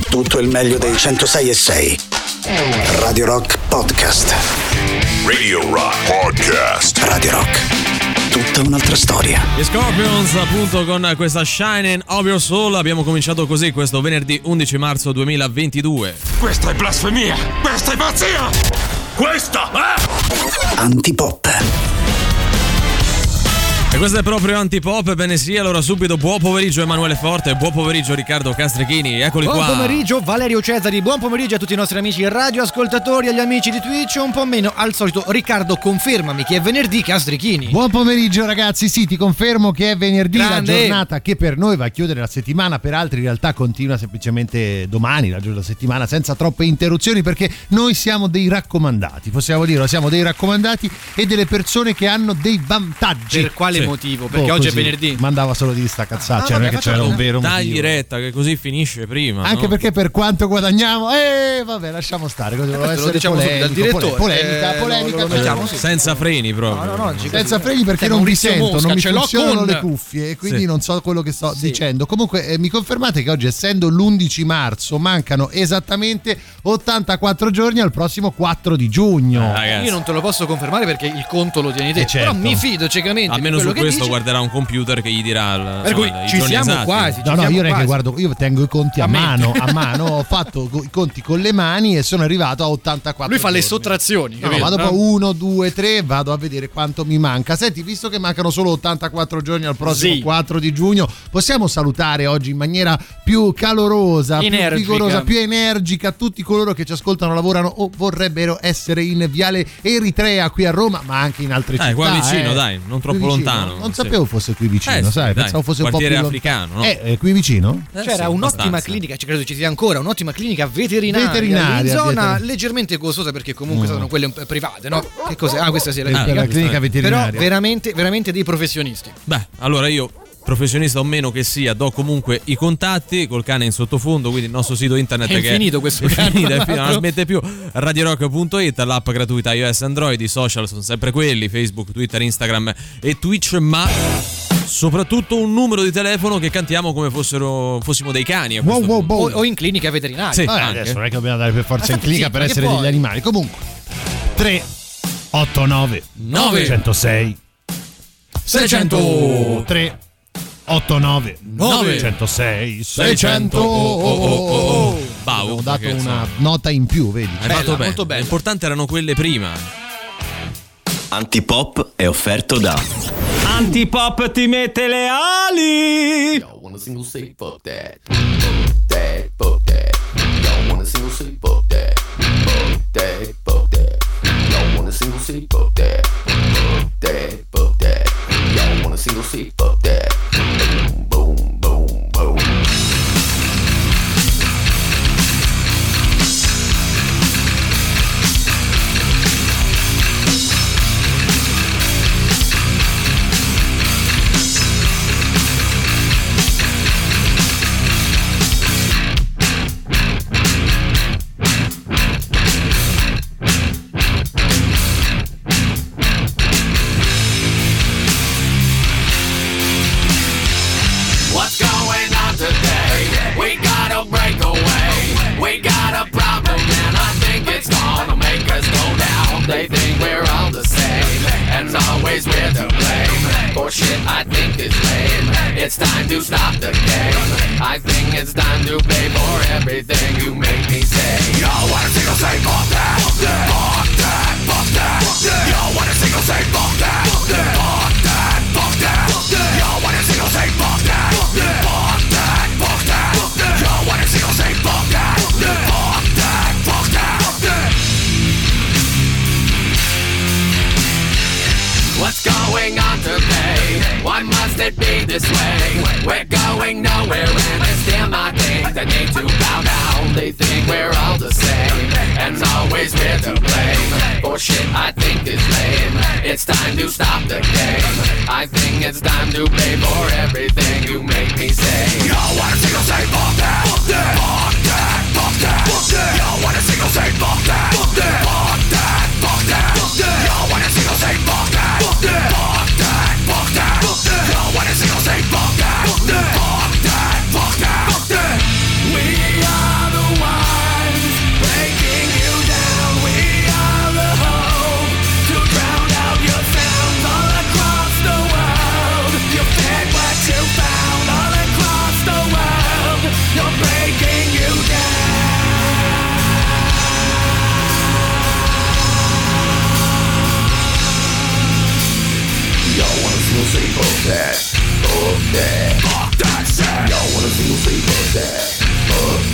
tutto il meglio dei 106.6. Radio Rock Podcast. Radio Rock Podcast. Radio Rock, tutta un'altra storia. Gli Scorpions, appunto, con questa Shining of Your Soul. Abbiamo cominciato così questo venerdì 11 marzo 2022. Questa è blasfemia! Questa è pazzia! Questa è Antipop. E questo è proprio Antipop, ebbene sì. Allora subito buon pomeriggio Emanuele Forte, buon pomeriggio Riccardo Castrichini, eccoli buon qua. Buon pomeriggio Valerio Cesari, buon pomeriggio a tutti i nostri amici radioascoltatori, agli amici di Twitch, un po' meno al solito. Riccardo, confermami che è venerdì Castrichini. Buon pomeriggio ragazzi, sì, ti confermo che è venerdì. Grande. La giornata che per noi va a chiudere la settimana, per altri in realtà continua semplicemente domani, la giornata della settimana, senza troppe interruzioni, perché noi siamo dei raccomandati, possiamo dirlo, siamo dei raccomandati e delle persone che hanno dei vantaggi. Per quale motivo? Perché oggi è venerdì. Mandava solo di sta cazzata, non è che c'era un vero motivo. Dagli retta che così finisce prima. Anche no? Perché per quanto guadagniamo, vabbè, lasciamo stare, così doveva essere lo diciamo polemico, dal direttore. polemica, lo mettiamo, sì. Senza freni proprio. No, senza freni perché non vi Maurizio sento, Mosca, non mi ce l'ho funzionano con le cuffie e quindi Sì. non so quello che sto dicendo. Comunque mi confermate che oggi, essendo l'11 marzo, mancano esattamente 84 giorni al prossimo 4 di giugno. Ragazzi, Io non te lo posso confermare perché il conto lo tieni te, certo. però mi fido ciecamente almeno di su quello che questo dici. guarderà un computer che gli dirà Per cui i ci giorni siamo esatti. quasi. No, io non è che quasi. guardo, io tengo i conti a mano, ho fatto i conti con le mani e sono arrivato a 84. Lui fa le giorni. sottrazioni. No, capito? vado poi 1, 2, 3, vado a vedere quanto mi manca. Senti, visto che mancano solo 84 giorni al prossimo 4 di giugno, possiamo salutare oggi in maniera più calorosa, più vigorosa, più energica tutti coloro che ci ascoltano, lavorano o vorrebbero essere in Viale Eritrea qui a Roma, ma anche in altre città. Qua vicino, dai, non troppo Qui vicino. lontano. Non Sì. sapevo fosse qui vicino, Sì, sai, dai, pensavo fosse un po' più quartiere lontano. africano, no? Qui vicino? C'era sì, un'ottima abbastanza. clinica, credo ci sia ancora, un'ottima clinica veterinaria in zona leggermente costosa perché comunque sono quelle private, no? Che cos'è? Ah, questa sì è la Per la clinica veterinaria. Però veramente dei professionisti. Beh, allora io, professionista o meno che sia, do comunque i contatti col cane in sottofondo, quindi il nostro sito internet È che infinito questo è cane, finito, tra non l'altro. smette più. RadioRock.it, l'app gratuita iOS Android, i social sono sempre quelli, Facebook, Twitter, Instagram e Twitch, ma soprattutto un numero di telefono che cantiamo come fossimo dei cani a questo punto. O in clinica veterinaria. Sì. Adesso non è che dobbiamo andare per forza in clinica per ma essere che degli poi? animali. Comunque 3 8 9 9 106 600 3 8 9 9 106 600 Bau, Ho dato perché, una insomma, nota in più, vedi? hai fatto bene. molto bella. L'importante erano quelle prima. Antipop è offerto da Antipop ti mette le ali. Y'all want a single say fuck that. Fuck that, fuck that. Y'all want a single say fuck that. Fuck that, fuck that. Y'all want a single say fuck that. Fuck that, fuck that. Y'all want a single say fuck that. Boom, boom, boom, boom. What's going on today? We gotta break away. We got a problem and I think it's gonna make us go down. They think we're all the same and always we're to blame. For shit I think is lame. It's time to stop the game. I think it's time to pay for everything you make me say. Y'all wanna single say fuck that. Fuck that. Fuck that. Fuck that. Fuck that. Y'all wanna single say fuck that. Fuck that. Fuck that. Fuck that. Fuck that. Y'all wanna single say fuck that. Fuck that. Fuck that. Fuck that. Fuck that. Y'all wanna single say fuck that. Fuck that. Fuck that. Fuck that. Fuck that. What's going on today? Why must it be this way? We're going nowhere and it's still my thing. They need to bow down. They think we're all the same and always we're to blame. For shit I think is lame. It's time to stop the game. I think it's time to pay for everything you make me say. Y'all wanna single say fuck that. Fuck that. Fuck that. Fuck that. Fuck that. Y'all wanna single say fuck that. Fuck that. Fuck that. Fuck that. Fuck that. Y'all wanna single say fuck that. Fuck that. Fuck that. Fuck that. Fuck that. Y'all wanna single say fuck that. Fuck that. Fuck that. Fuck that. Fuck that. We are the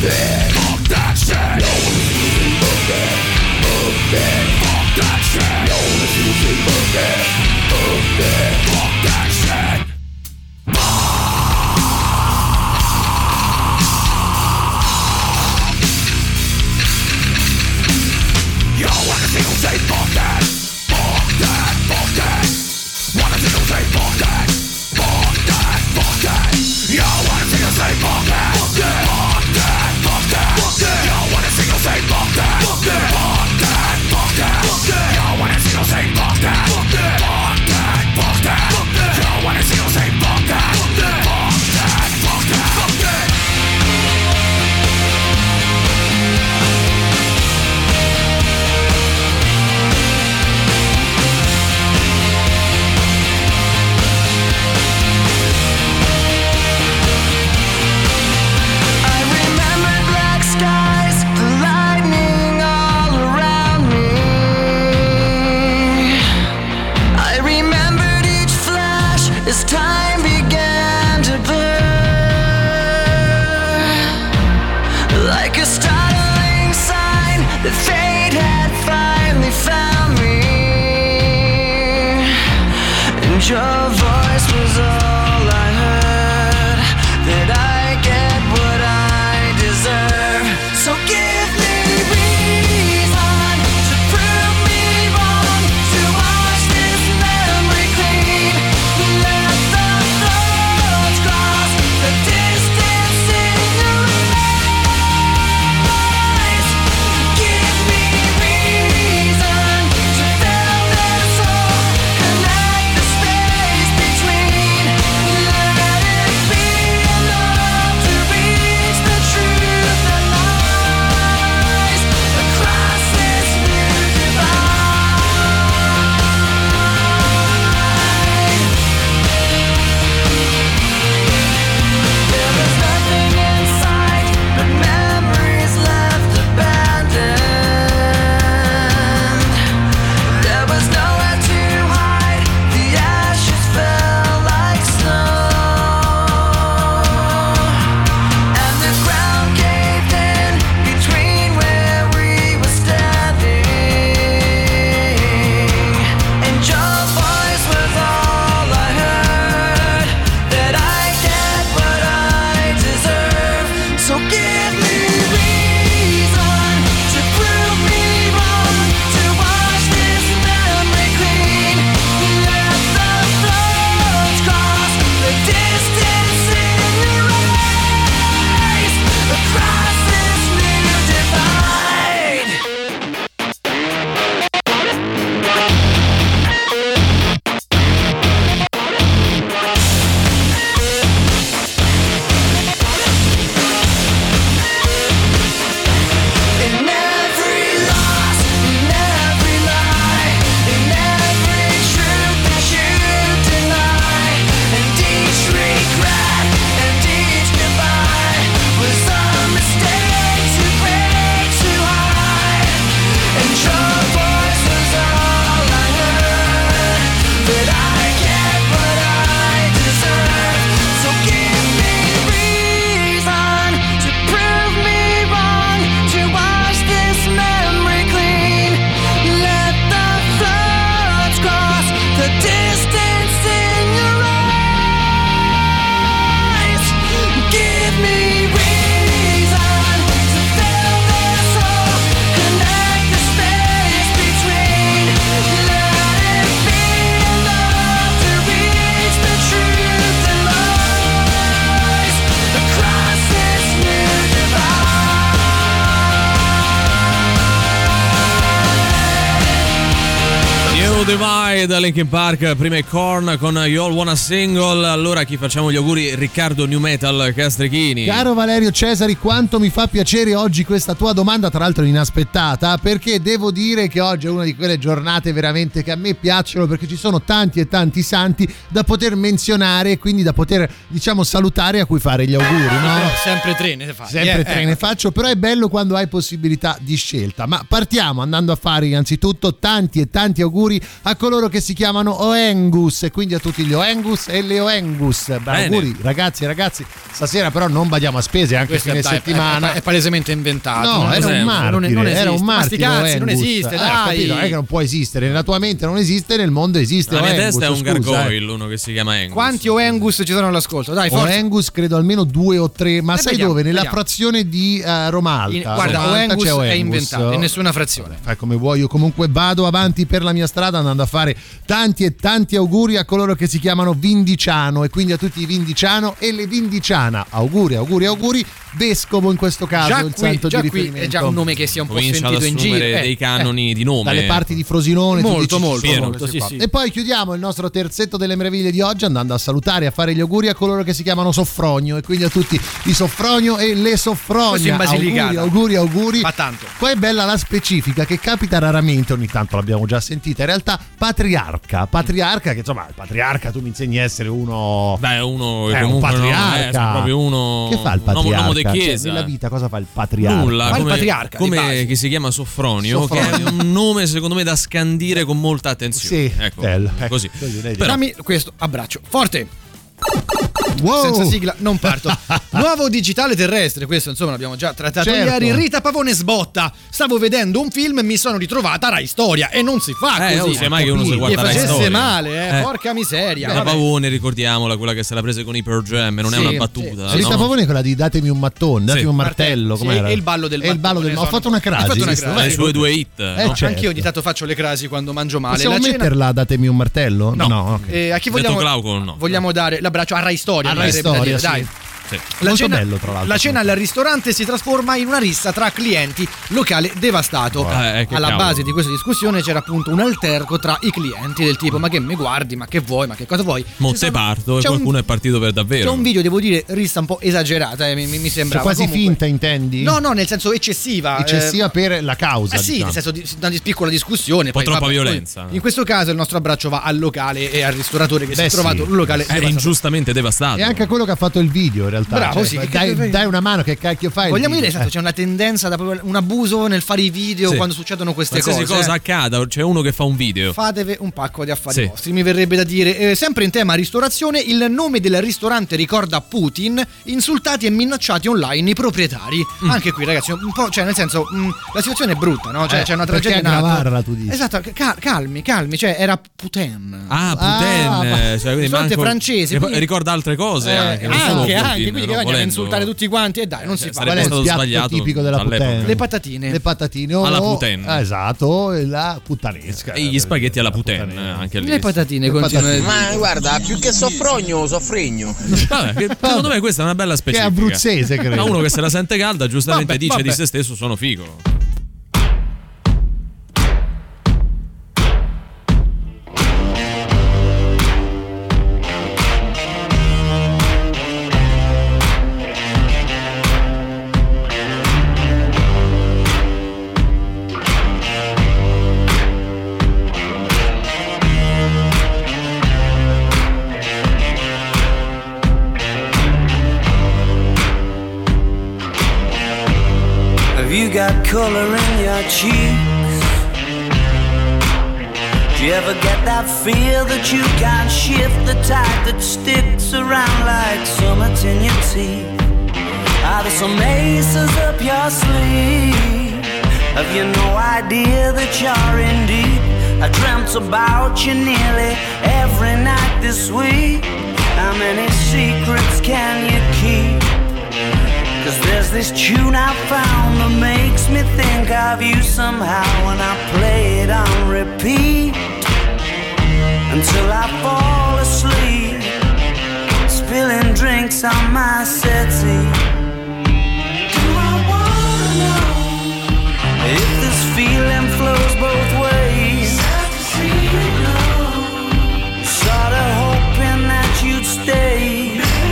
Divide, Linkin Park, prima i Korn con You All Wanna Single. Allora chi facciamo gli auguri? Riccardo New Metal Castrichini. Caro Valerio Cesari, quanto mi fa piacere oggi questa tua domanda, tra l'altro inaspettata, perché devo dire che oggi è una di quelle giornate veramente che a me piacciono, perché ci sono tanti e tanti santi da poter menzionare e quindi da poter, diciamo, salutare, a cui fare gli auguri, no? Sempre tre ne faccio. Sempre tre ne faccio, però è bello quando hai possibilità di scelta. Ma partiamo andando a fare innanzitutto tanti e tanti auguri a coloro che si chiamano Oengus e quindi a tutti gli Oengus e le Oengus. Auguri ragazzi, stasera però non badiamo a spese anche fine settimana. È palesemente inventato. No, era un martire, era un martire. Non esiste, dai. Non è che non può esistere, nella tua mente non esiste, nel mondo esiste. La mia Oengus, testa è un gargoyle, uno che si chiama Engus. Quanti Oengus ci sono all'ascolto? Dai, forza. Oengus credo almeno 2 o 3, ma sai dove? Nella frazione di Roma Alta. Guarda, Oengus è inventato in nessuna frazione. Fai come vuoi, io comunque vado avanti per la mia strada andando a fare tanti e tanti auguri a coloro che si chiamano Vindiciano e quindi a tutti i Vindiciano e le Vindiciana. Auguri. Vescovo in questo caso, già il santo di riferimento. Qui è già un nome che si è un po' sentito in giro. Dei canoni di nome. Dalle parti di Frosinone. Molto, sì. E poi chiudiamo il nostro terzetto delle meraviglie di oggi andando a salutare e a fare gli auguri a coloro che si chiamano Soffronio e quindi a tutti i Soffronio e le Soffronia. In Basilicata. Auguri. Ma tanto. Qua è bella la specifica che capita raramente, ogni tanto l'abbiamo già sentita. In realtà patriarca che insomma il patriarca tu mi insegni a essere uno. Beh, uno è un patriarca. Proprio uno. Che fa il patriarca? Un uomo di chiesa. Cioè, nella vita cosa fa il patriarca? Nulla. Fa il patriarca. Come chi si chiama Soffronio, che è un nome secondo me da scandire con molta attenzione. Sì, ecco, bello. Così. Però dammi questo abbraccio forte. Wow. Senza sigla non parto. Nuovo digitale terrestre, questo insomma l'abbiamo già trattato ieri. Rita Pavone sbotta. Stavo vedendo un film e mi sono ritrovata Rai Storia e non si fa così. Non sia mai che uno si guarda Rai Storia. Facesse male, porca miseria. Rita Pavone, ricordiamola, quella che se la prese con i Pearl Jam, non è una battuta. Rita Pavone è quella di datemi un mattone, datemi un martello, com'era? E il ballo del mattone. Ho fatto una crasi. Le sue 2 hit. Certo. Anch'io ogni tanto faccio le crasi quando mangio male. Possiamo metterla datemi un martello? No. A chi vogliamo? Glauco, no. Vogliamo dare l'abbraccio a Rai Storia. Dai. Sì. Molto bello, tra l'altro. La cena al ristorante si trasforma in una rissa tra clienti, locale devastato. Alla base di questa discussione c'era appunto un alterco tra i clienti del tipo ma che mi guardi, ma che vuoi, ma che cosa vuoi? Monte parto e qualcuno è partito per davvero. C'è un video, devo dire, rissa un po' esagerata, mi sembra. Quasi comunque finta, intendi? No, nel senso eccessiva. Eccessiva per la causa. Sì, nel senso di una piccola discussione. Un po' troppa violenza. In questo caso il nostro abbraccio va al locale e al ristoratore che si è trovato un locale devastato. Ingiustamente devastato. E anche a quello che ha fatto il video in realtà. Bravo, sì. Dai una mano, che cacchio fai? Vogliamo dire, esatto, c'è una tendenza da un abuso nel fare i video quando succedono queste cose. Qualsiasi cosa accada, c'è uno che fa un video. Fatevi un pacco di affari vostri, mi verrebbe da dire. Sempre in tema ristorazione, il nome del ristorante ricorda Putin, insultati e minacciati online i proprietari. Anche qui, ragazzi, un po', cioè nel senso, la situazione è brutta, no? Cioè c'è una tragedia in atto. Tu dici. Esatto, calmi, cioè era Putin. Putin, cioè quindi francese. Ricorda altre cose anche quindi che vogliono insultare tutti quanti e dai, non si fa. Sarebbe stato sbagliato tipico della Putin. Le patatine alla Putin. Esatto, la puttanesca e gli spaghetti alla Putin anche lì. Le patatine ma guarda, più che soffregno. Vabbè, secondo me questa è una bella specifica. Che è abruzzese, credo. Ma uno che se la sente calda giustamente dice di se stesso sono figo. Got color in your cheeks. Do you ever get that feel that you can't shift, the tide that sticks around like summits in your teeth? Are there some aces up your sleeve? Have you no idea that you're in deep? I dreamt about you nearly every night this week. How many secrets can you keep? 'Cause there's this tune I found that makes me think of you somehow, and I play it on repeat until I fall asleep, spilling drinks on my settee. Do I wanna know if this feeling flows both ways? Sad to see you go. Sorta hoping that you'd stay.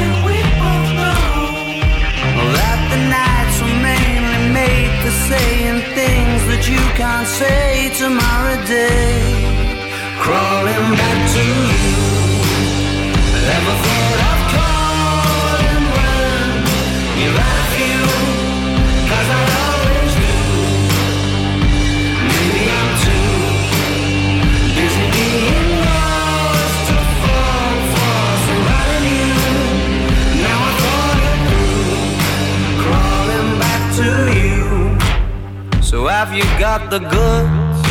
That the nights were mainly made for saying things that you can't say tomorrow day. Crawling back to you. Never thought of calling when you're at you, 'cause I always do. Maybe I'm too busy have you got the goods?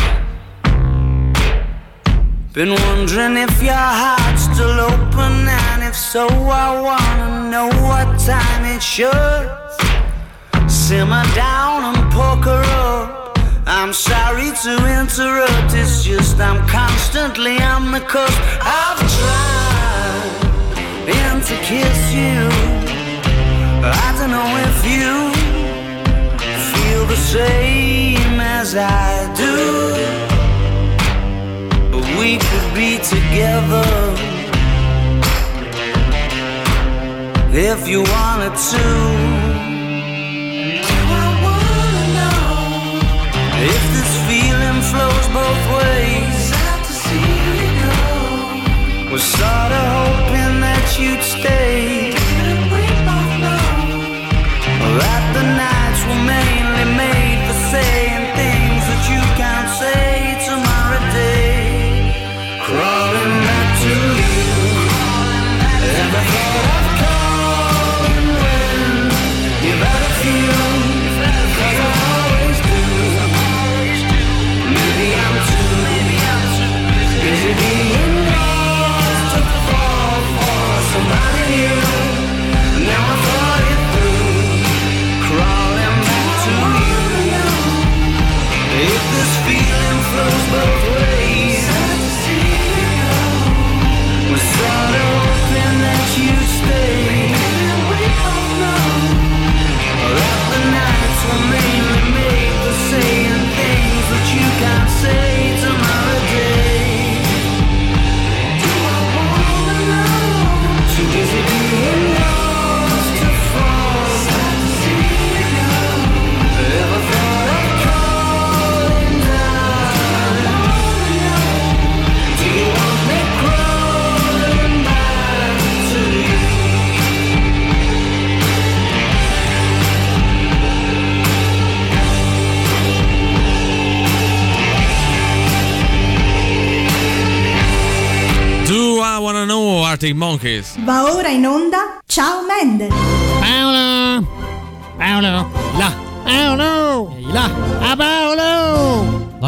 Been wondering if your heart's still open, and if so, I wanna know what time it should. Simmer down and poker up. I'm sorry to interrupt, it's just I'm constantly on the cusp. I've tried and to kiss you. I don't know if you feel the same as I do, but we could be together if you wanted to. If this feeling flows both ways, sad to see you go. Was sorta hoping that you'd stay. Didn't we both know that the nights were mainly made for saying things that you can't say tomorrow day. Crawling back to you. Ever thought of calling when you've had a few? Being lost to fall for somebody new. Now I thought it through, crawling back to you. If this feeling flows both ways, we're sort of hoping that you stay. We both know that the nights were mainly made for saying things that you can't say tomorrow day. Is it being lost to fall? Sad to see you go. Ever thought of calling down? Do you want me crawling back to you? Do I Wanna Know, Arctic Monkeys. Va ora in onda Ciao Mendel. Paolo! Paolo! Là! Paolo! Ehi là! Ah, Paolo! Dai,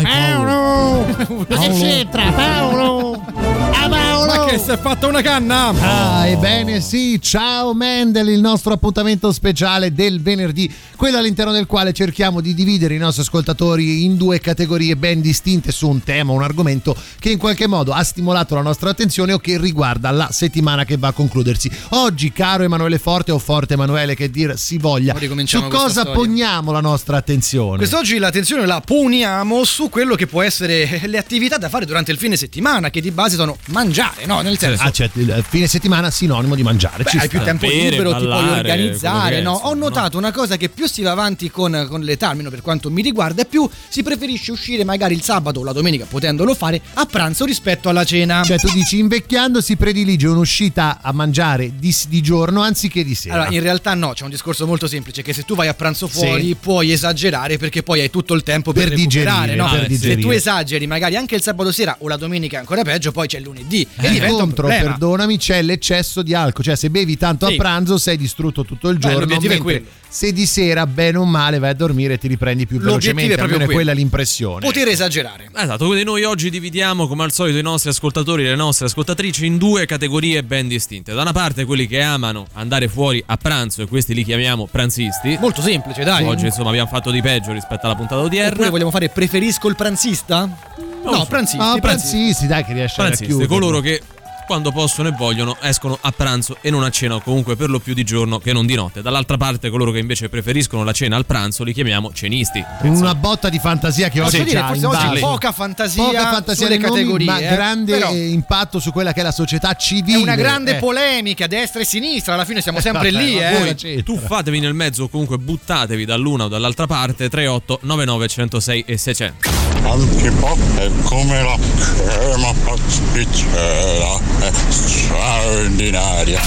Paolo! Cosa c'entra, Paolo? Ah, Paolo! Ma che si è fatta una canna? Ah, ebbene sì, ciao Mendel, il nostro appuntamento speciale del venerdì, quello all'interno del quale cerchiamo di dividere i nostri ascoltatori in due categorie ben distinte su un tema, un argomento che in qualche modo ha stimolato la nostra attenzione o che riguarda la settimana che va a concludersi. Oggi, caro Emanuele Forte o Forte Emanuele, che dir si voglia, su cosa poniamo la nostra attenzione? Quest'oggi l'attenzione la poniamo su quello che può essere le attività da fare durante il fine settimana, che di base sono mangiare, no? Nel senso, certo, il fine settimana sinonimo di mangiare. Beh, hai più tempo libero, ballare, ti puoi organizzare, no? Ho insomma, notato una cosa, che più si va avanti con l'età, almeno per quanto mi riguarda, più si preferisce uscire magari il sabato o la domenica, potendolo fare, a pranzo rispetto alla cena. Cioè tu dici, invecchiando si predilige un'uscita a mangiare di giorno anziché di sera. Allora, in realtà no, c'è un discorso molto semplice, che se tu vai a pranzo fuori puoi esagerare, perché poi hai tutto il tempo per recuperare, digerire, no? per digerire. Se tu esageri magari anche il sabato sera o la domenica, ancora peggio, poi c'è il lunedì e diventa un problema. Perdonami, c'è l'eccesso di alcol, cioè se bevi tanto a pranzo sei distrutto tutto il giorno. L'obiettivo è quello. Se di sera, bene o male, vai a dormire e ti riprendi più velocemente, è proprio almeno quella è l'impressione. Poter esagerare. Esatto, quindi noi oggi dividiamo come al solito i nostri ascoltatori e le nostre ascoltatrici in due categorie ben distinte. Da una parte quelli che amano andare fuori a pranzo, e questi li chiamiamo pranzisti. Molto semplice, dai. Oggi insomma abbiamo fatto di peggio rispetto alla puntata odierna. Oppure vogliamo fare preferisco il pranzista? No, pranzisti. No, pranzisti, dai, che riesce a chiudere. Coloro che quando possono e vogliono escono a pranzo e non a cena, o comunque per lo più di giorno che non di notte. Dall'altra parte coloro che invece preferiscono la cena al pranzo li chiamiamo cenisti. Una botta di fantasia che oggi c'ha, forse oggi poca fantasia sulle categorie, ma grande impatto su quella che è la società civile. È una grande polemica, destra e sinistra, alla fine siamo sempre lì. Voi tuffatevi nel mezzo o comunque buttatevi dall'una o dall'altra parte. 38 99 106 e 600. Antipop è come la crema pasticcera, è straordinaria.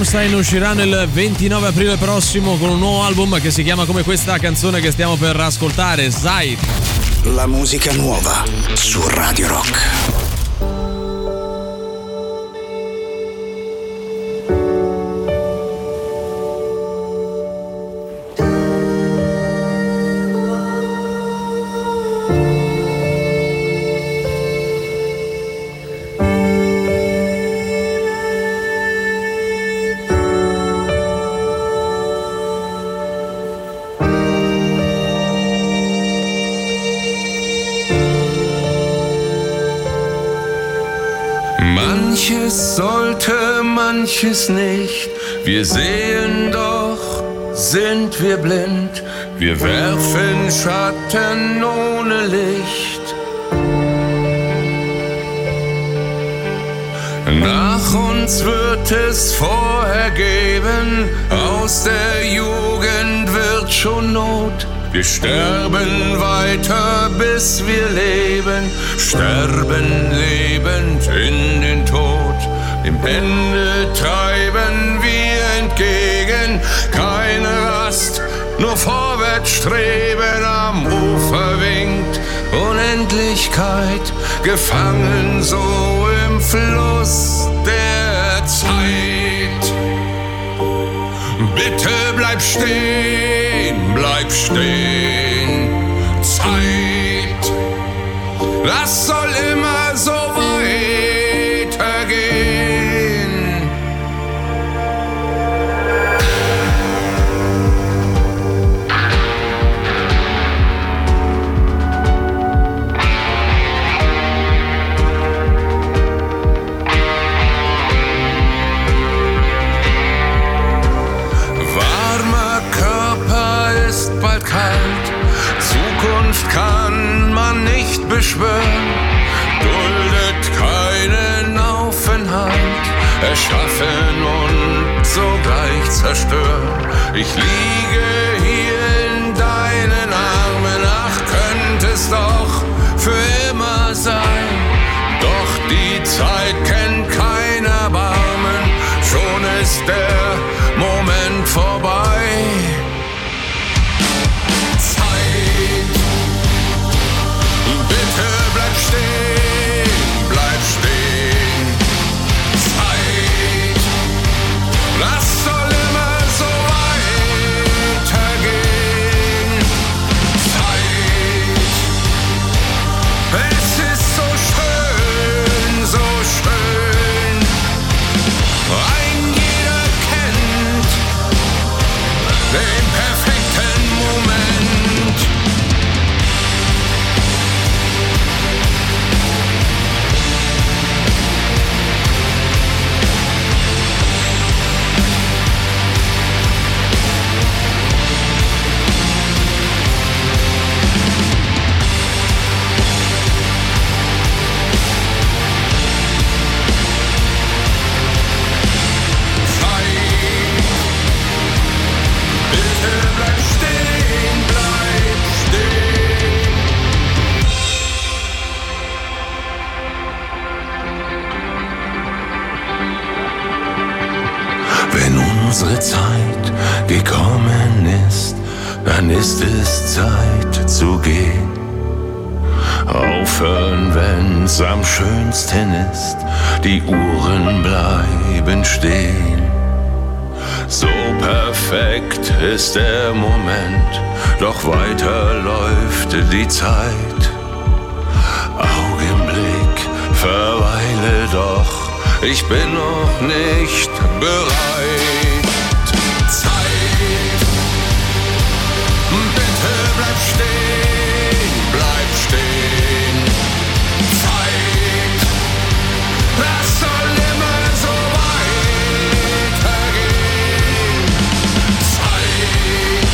Rammstein usciranno il 29 aprile prossimo con un nuovo album che si chiama come questa canzone che stiamo per ascoltare, Zeit. La musica nuova su Radio Rock. Manches sollte, manches nicht. Wir sehen doch, sind wir blind. Wir werfen Schatten ohne Licht. Nach uns wird es vorher geben. Aus der Jugend wird schon Not. Wir sterben weiter, bis wir leben, sterben lebend in den Tod. Dem Ende treiben wir entgegen, keine Rast, nur vorwärts streben. Am Ufer winkt Unendlichkeit, gefangen so im Fluss der Zeit. Bitte bleib stehen, bleib stehen. Zeit, das soll immer so weitergehen. Bald kalt, Zukunft kann man nicht beschwören, duldet keinen Aufenthalt, erschaffen und sogleich zerstören. Ich liege hier in deinen Armen, ach, könnte es doch für immer sein, doch die Zeit kennt kein Erbarmen, schon ist der Moment vorbei. Bleib stehen, Zeit, das soll immer so weitergehen. Zeit, es ist so schön, so schön. Ein jeder kennt den perfekten Moment. Wenn unsere Zeit gekommen ist, dann ist es Zeit zu gehen. Aufhören, wenn's am schönsten ist, die Uhren bleiben stehen. So perfekt ist der Moment, doch weiter läuft die Zeit. Augenblick, verweile doch, ich bin noch nicht bereit. Zeit, bitte bleib stehen, bleib stehen. Zeit, das soll immer so weitergehen. Zeit,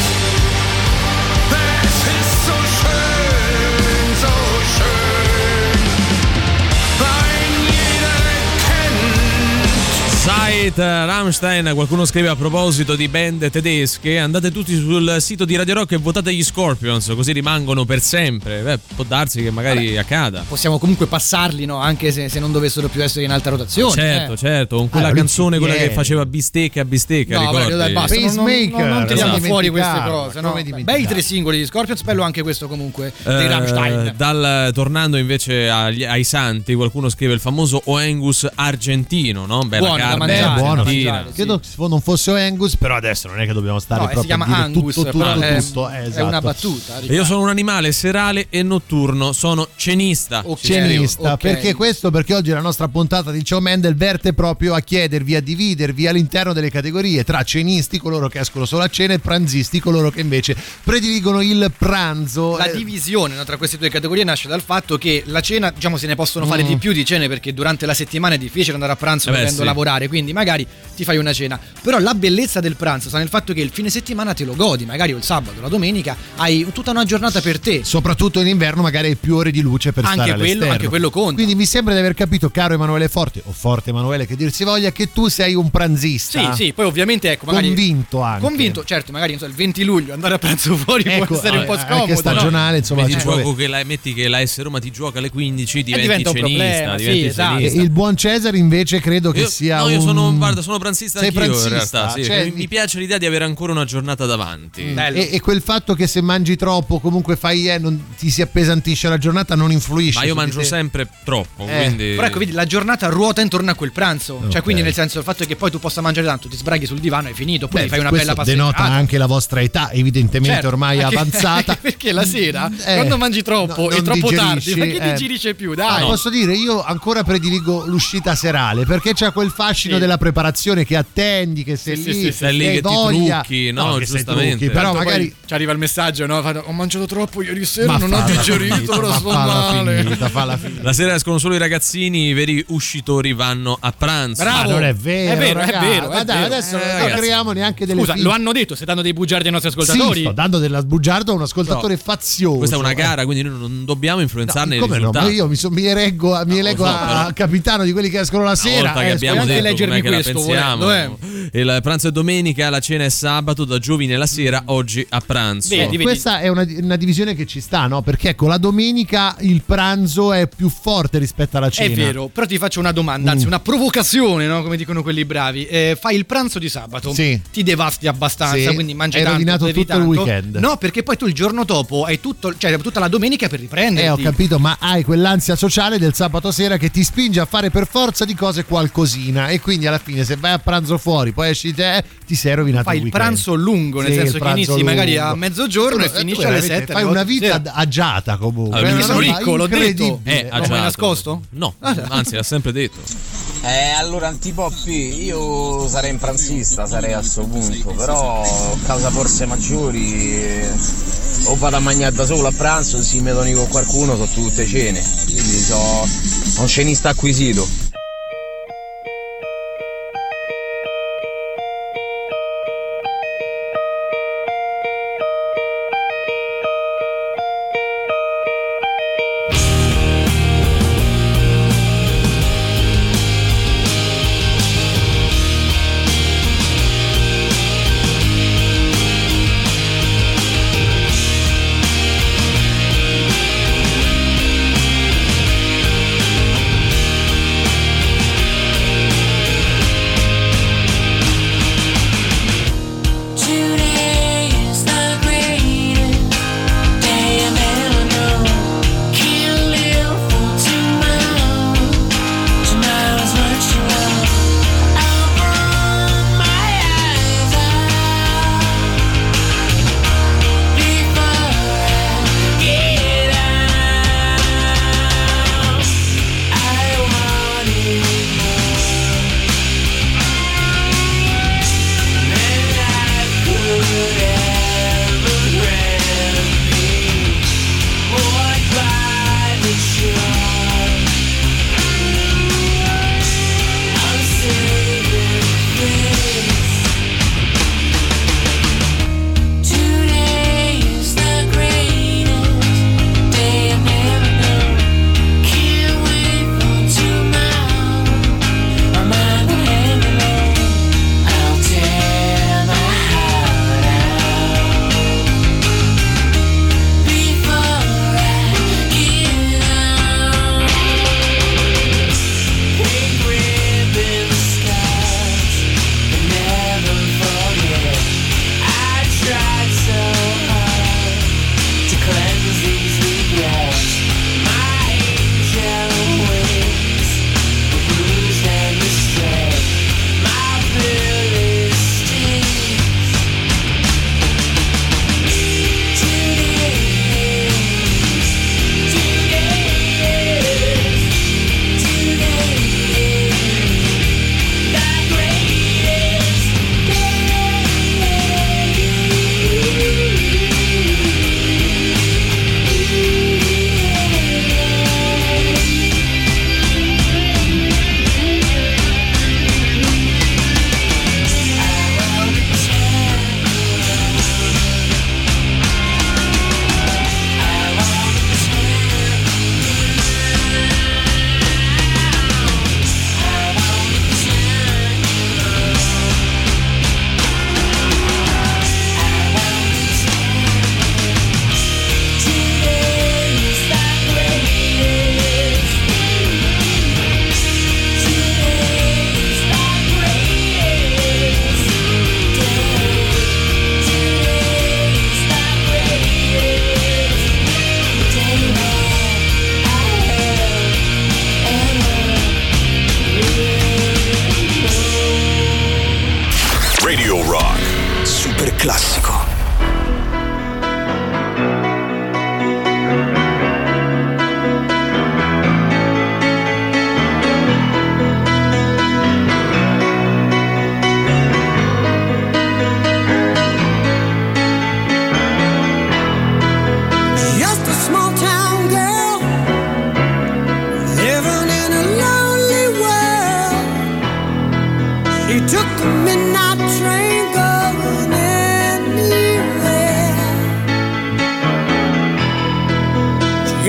es ist so schön, so schön. Ein jeder kennt Hate Rammstein. Qualcuno scrive a proposito di band tedesche: andate tutti sul sito di Radio Rock e votate gli Scorpions, così rimangono per sempre. Può darsi che magari accada. Possiamo comunque passarli, no? Anche se non dovessero più essere in alta rotazione. Certo, con quella canzone, quella che faceva bistecca a bistecca. No, ricordi? dai, basta, non tiriamo fuori queste cose, no? Bei 3 singoli di Scorpions, bello anche questo comunque dei Rammstein. Tornando invece ai santi, qualcuno scrive il famoso Oengus argentino, no? Bella buono carne, da mangiare, buono. mangiare, credo non fosse Angus, però adesso non è che dobbiamo stare proprio si chiama a dire Angus, tutto, esatto. È una battuta. Io sono un animale serale e notturno, sono cenista. Cenista, okay. Perché oggi la nostra puntata di Ciao Mendel verte proprio a chiedervi, a dividervi all'interno delle categorie tra cenisti, coloro che escono solo a cena, e pranzisti, coloro che invece prediligono il pranzo. La divisione, no, tra queste due categorie nasce dal fatto che la cena, diciamo, se ne possono fare di più di cene, perché durante la settimana è difficile andare a pranzo dovendo lavorare, quindi magari ti fai una cena. Però la bellezza del pranzo sta nel fatto che il fine settimana te lo godi, magari il sabato, la domenica hai tutta una giornata per te. Soprattutto in inverno magari hai più ore di luce per stare all'esterno. Anche quello conta. Quindi mi sembra di aver capito, caro Emanuele Forte, o Forte Emanuele che dir si voglia, che tu sei un pranzista. Sì, poi ovviamente ecco, magari convinto anche. Convinto, certo, magari il 20 luglio andare a pranzo fuori può essere un po' scomodo. Anche stagionale, insomma. Metti che la S Roma ti gioca alle 15, diventi un cenista, problema, Il buon Cesare invece credo che sia io sono pranzista anch'io, in realtà, sì. Cioè, mi piace l'idea di avere ancora una giornata davanti. E quel fatto che se mangi troppo comunque non ti si appesantisce la giornata non influisce. Ma io mangio sempre troppo, quindi... Però ecco, vedi, la giornata ruota intorno a quel pranzo. Okay. Cioè, quindi nel senso, il fatto è che poi tu possa mangiare tanto, ti sbraghi sul divano e è finito, poi fai una bella passeggiata. Denota anche la vostra età, evidentemente ormai avanzata. Perché la sera, quando mangi troppo e troppo tardi, ma che digerisce più? Dai. Posso dire, io ancora prediligo l'uscita serale, perché c'è quel fascino della preparazione che attendi, che sei lì, sei lì che voglia. ti trucchi, no, giustamente. Però magari ci arriva il messaggio, no? Ho mangiato troppo ieri sera, non ho digerito, ora sto male. Falla finita. La sera escono solo i ragazzini, i veri uscitori vanno a pranzo. Bravo. Ma non è vero, è vero. Ma dai, adesso non creiamo neanche delle lo hanno detto, stai dando dei bugiardi ai nostri ascoltatori? Sì, sto dando della bugiardo a un ascoltatore fazioso. Questa è una gara, quindi noi non dobbiamo influenzarne i risultati. No, io mi eleggo a capitano di quelli che escono la sera. Una volta che abbiamo detto leggermi che questo, la pensiamo. Il pranzo è domenica, la cena è sabato, da giovine la sera, oggi a pranzo. Vedi. Questa è una divisione che ci sta, no? Perché ecco, la domenica il pranzo è più forte rispetto alla cena. È vero, però ti faccio una domanda, anzi una provocazione, no? Come dicono quelli bravi. Fai il pranzo di sabato, ti devasti abbastanza, quindi mangi tanto, rovinato tutto tanto. Il weekend. No, perché poi tu il giorno dopo hai tutta la domenica per riprenderti. Ho capito, ma hai quell'ansia sociale del sabato sera che ti spinge a fare per forza di cose qualcosina, e quindi alla fine se vai a pranzo fuori, poi esci te, ti sei rovinato fai il weekend. Fai il pranzo lungo, nel senso che inizi magari a mezzogiorno e finisci alle 7. Fai una vita agiata comunque. Allora, sono ricco, l'ho detto. L'ho mai nascosto? No, anzi l'ha sempre detto. Allora Antipoppi, io sarei un pranzista, sarei a sto punto, però causa forze maggiori o vado a mangiare da solo a pranzo, si mettono con qualcuno, sono tutte cene, quindi sono un cenista acquisito.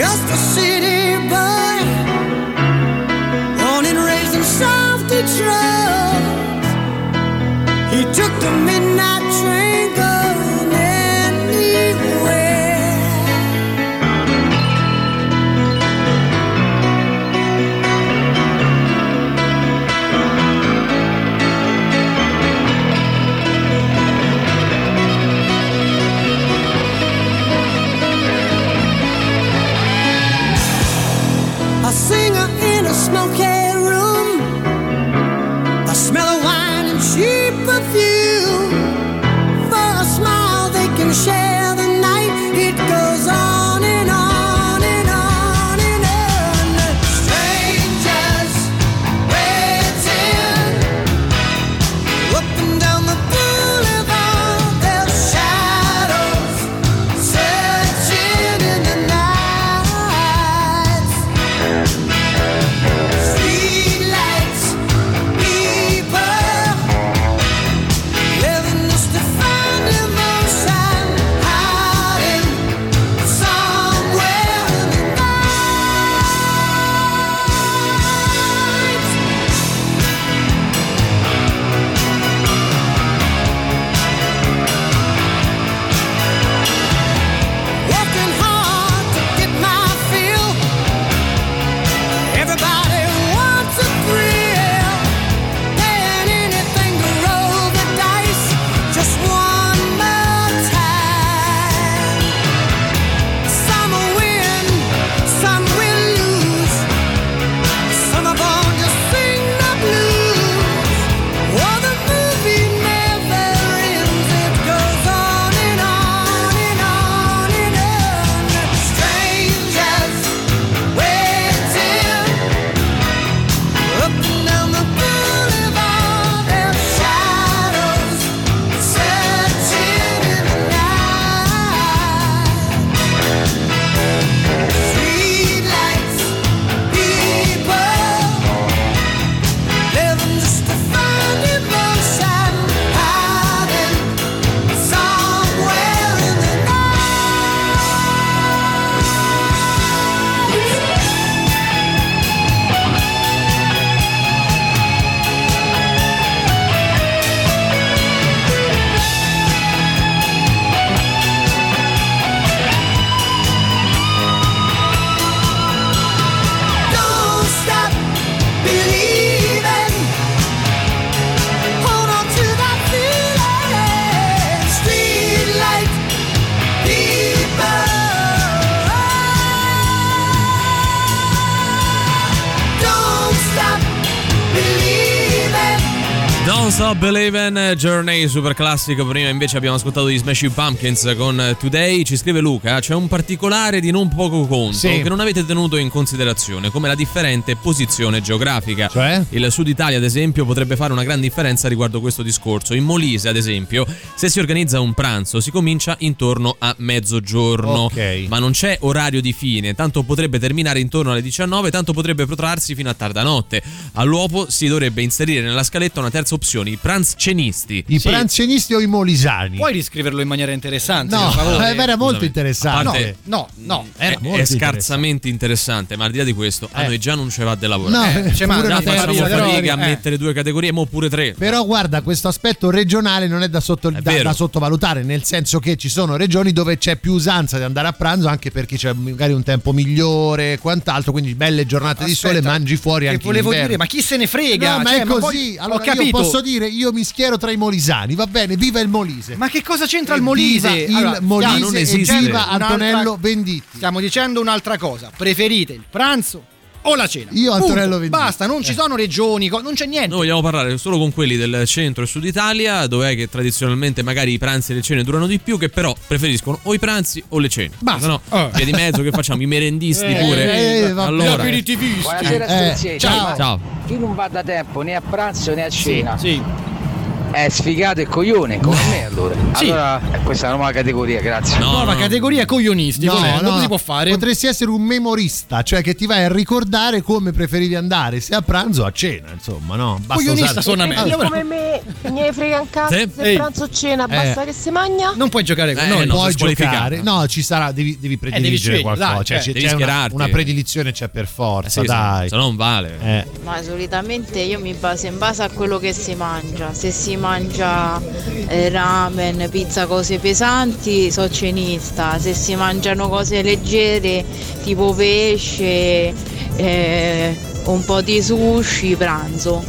just a city boy, born and raised in South Detroit. He took the midnight train going anywhere. A singer in a smoky room, a smell of wine and cheap perfume. For a smile they can share the night. It goes on and on and on and on. Strangers waiting up and down the boulevard, their shadows searching in the night. Streetlights, people living just to find emotion, hiding somewhere in the night. Working hard to get my fill. Everybody wants a thrill, paying anything to roll the dice just one more time. Some will win, some will lose, some are born to sing the blues. Oh, the movie never ends, it goes on and on and on and on. Strangers waiting up and down the boulevard, their shadows searching in the night. Streetlights, people living just to find emotion, hiding somewhere in the Don't stop believing. Hold on to that feeling. Streetlight people. Don't stop believing. Don't Stop Believin', Journey, super classico. Prima invece abbiamo ascoltato gli Smashing Pumpkins con Today. Ci scrive Luca: c'è un particolare di non poco conto che non avete tenuto in considerazione, come la differente posizione geografica. Cioè? Il sud Italia, ad esempio, potrebbe fare una gran differenza riguardo questo discorso. In Molise, ad esempio, se si organizza un pranzo si comincia intorno a mezzogiorno, ma non c'è orario di fine, tanto potrebbe terminare intorno alle 19, tanto potrebbe protrarsi fino a tarda notte. All'uopo si dovrebbe inserire nella scaletta una terza opzione, i pranzcenisti. I pranzcenisti o i molisani? Puoi riscriverlo in maniera interessante? No, per favore? era molto interessante. No, È scarsamente interessante, ma al di là di questo, a noi già non ci va di lavorare. No, già facciamo fatica a mettere due categorie, mo pure tre. Però guarda, questo aspetto regionale non è da sottovalutare, nel senso che ci sono regioni dove c'è più usanza di andare a pranzo, anche perché c'è magari un tempo migliore e quant'altro, quindi belle giornate di sole, mangi fuori anche in volevo inverno. dire, ma chi se ne frega? No, ma è così. Allora, ho capito. io posso dire, io mi schiero tra i molisani, va bene, viva il Molise. Ma che cosa c'entra il Molise? Viva il Molise non e esiste. viva Antonello Venditti. Stiamo dicendo un'altra cosa. Preferite il pranzo o la cena? Io Antonello Venditti. Basta, non ci sono regioni, non c'è niente. Noi vogliamo parlare solo con quelli del centro e sud Italia, dov'è che tradizionalmente magari i pranzi e le cene durano di più, che però preferiscono o i pranzi o le cene. Basta. No, via di mezzo che facciamo? I merendisti pure. Allora, buonasera, ciao. Chi non va da tempo né a pranzo né a cena? Sì. è sfigato e coglione, come me allora. Sì. Allora questa è una nuova categoria, grazie. Nuova categoria coglionisti, come si può fare? Potresti essere un memorista, cioè che ti vai a ricordare come preferivi andare, sia a pranzo o a cena, insomma, no? Basta Coglionista suona meglio. Come me, ne frega un cazzo Sì. se pranzo o cena, basta che si mangia. Non puoi giocare con noi, non puoi giocare. No, ci sarà, devi prediligere devi qualcosa, dai, cioè devi c'è schierarti. una predilizione c'è per forza, Sì, dai. se no non vale. Ma solitamente io mi baso in base a quello che si mangia. Se si mangia ramen, pizza, cose pesanti, so cenista. Se si mangiano cose leggere tipo pesce, un po' di sushi, pranzo.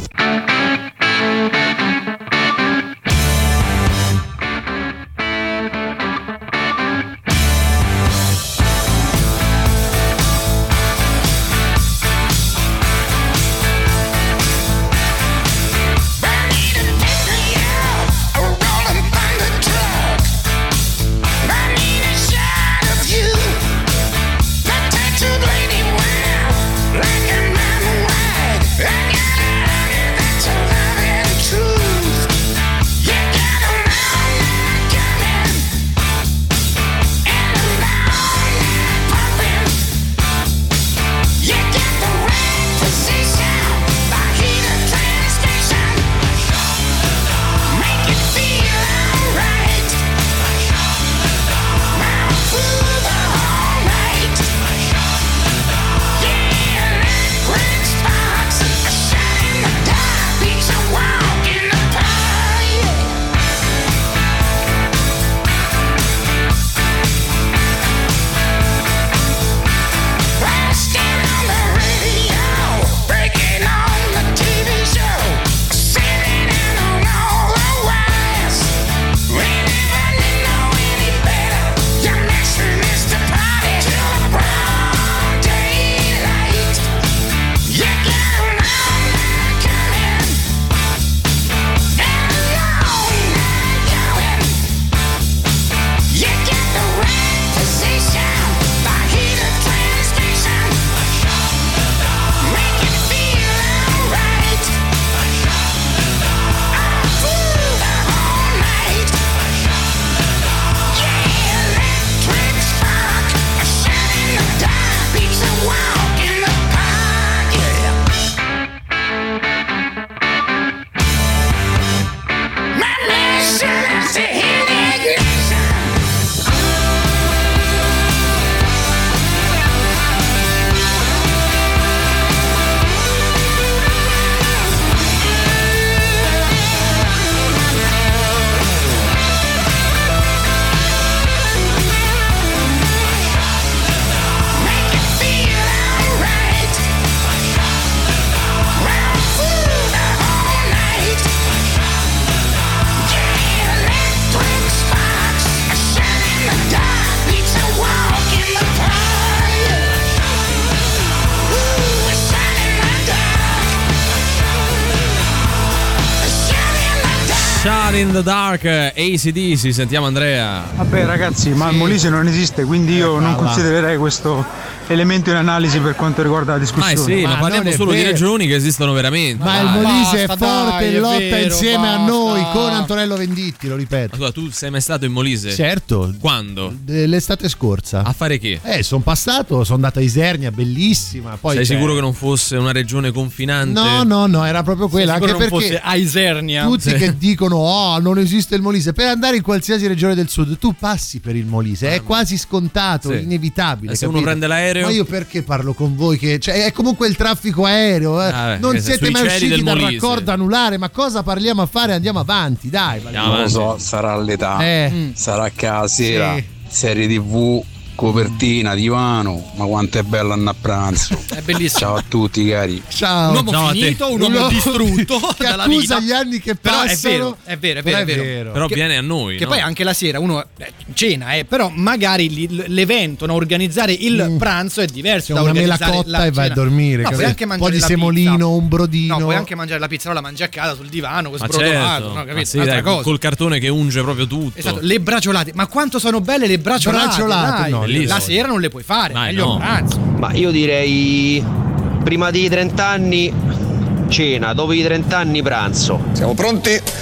Shot in the Dark, AC/DC, sentiamo Andrea. Vabbè ragazzi, ma il Molise non esiste, quindi io non considererei questo elemento in analisi per quanto riguarda la discussione. Ma sì, ma parliamo solo di regioni che esistono veramente. Ma il Molise è forte dai, e lotta vero, insieme a basta. noi con Antonello Venditti, lo ripeto. Ma scusa, tu sei mai stato in Molise? Certo. Quando? L'estate scorsa. A fare che? Sono passato, sono andato a Isernia, bellissima. Poi sei sicuro che non fosse una regione confinante? No, era proprio quella. Anche non perché fosse a Isernia. tutti che dicono non esiste il Molise. Per andare in qualsiasi regione del sud tu passi per il Molise, è quasi scontato, Sì. inevitabile. E se capito? uno prende l'aereo? Ma io perché parlo con voi? Che è comunque il traffico aereo. Non siete mai usciti dal raccordo anulare. Ma cosa parliamo a fare? Andiamo avanti, dai. Non lo so, sarà l'età, sarà che la sera, serie TV, copertina, divano, ma quanto è bello andare a pranzo. È bellissimo. Ciao a tutti cari. Ciao. Un uomo finito, un uomo distrutto che dalla accusa vita. gli anni che Però passano. è vero. Però Che- viene a noi. Che no? poi anche la sera uno cena, però magari l'evento, organizzare il pranzo è diverso. C'è da una mela organizzare cotta la e vai a cena. dormire. No, puoi capito? anche un po' mangiare di la semolino, pizza. un brodino. No, puoi anche mangiare la pizza, no, la mangi a casa sul divano, Ma sbrodolato, certo. no, Ma capito? sì, Altra dai, cosa. col cartone che unge proprio tutto. Esatto, le braciolate, ma quanto sono belle le braciolate? Braciolate, dai. no, bellissimo. La sera non le puoi fare, Dai, meglio no. a pranzo. Ma io direi prima dei 30 anni cena, dopo i 30 anni pranzo. Siamo pronti?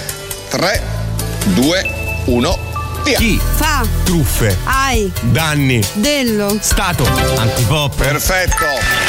3, 2, 1, via. Chi? Fa. Truffe. Ai. Danni. Dello. Stato. Antipop. Perfetto.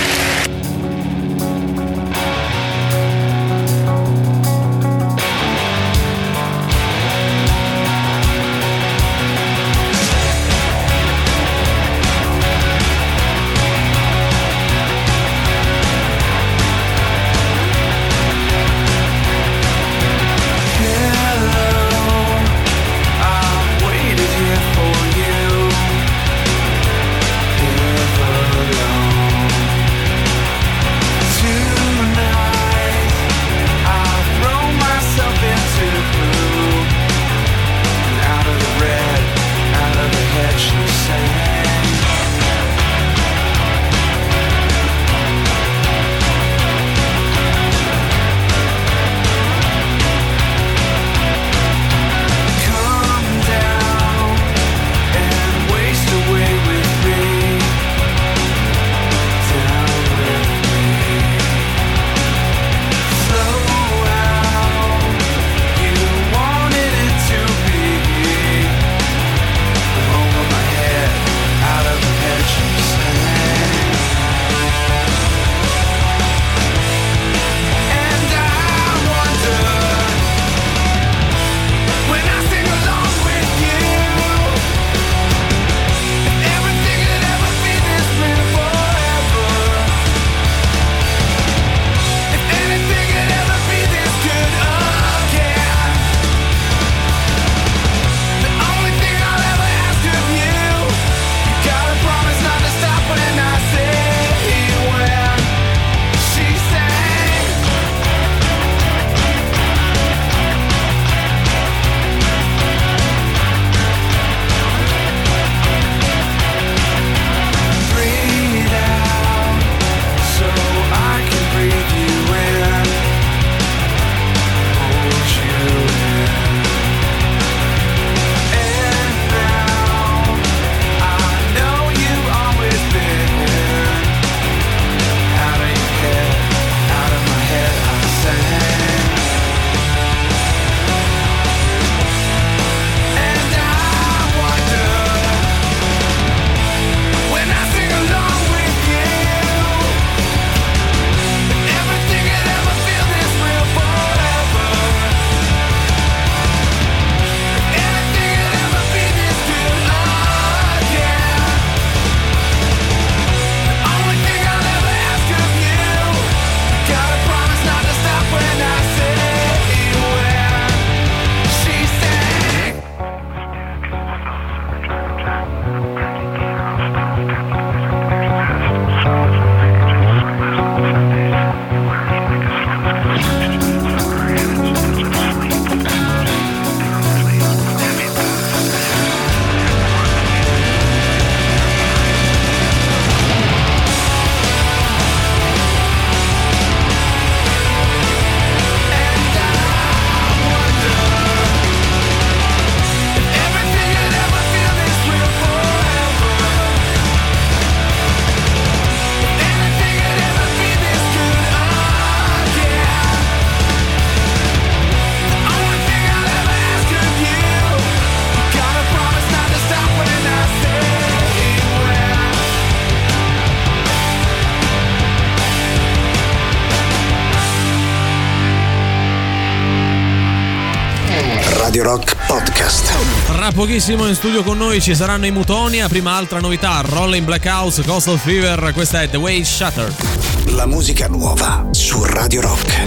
Radio Rock Podcast. Tra pochissimo in studio con noi ci saranno i Mutonia. Prima altra novità, Rolling Black House, Coastal Fever. Questa è The Way Shutter. La musica nuova su Radio Rock.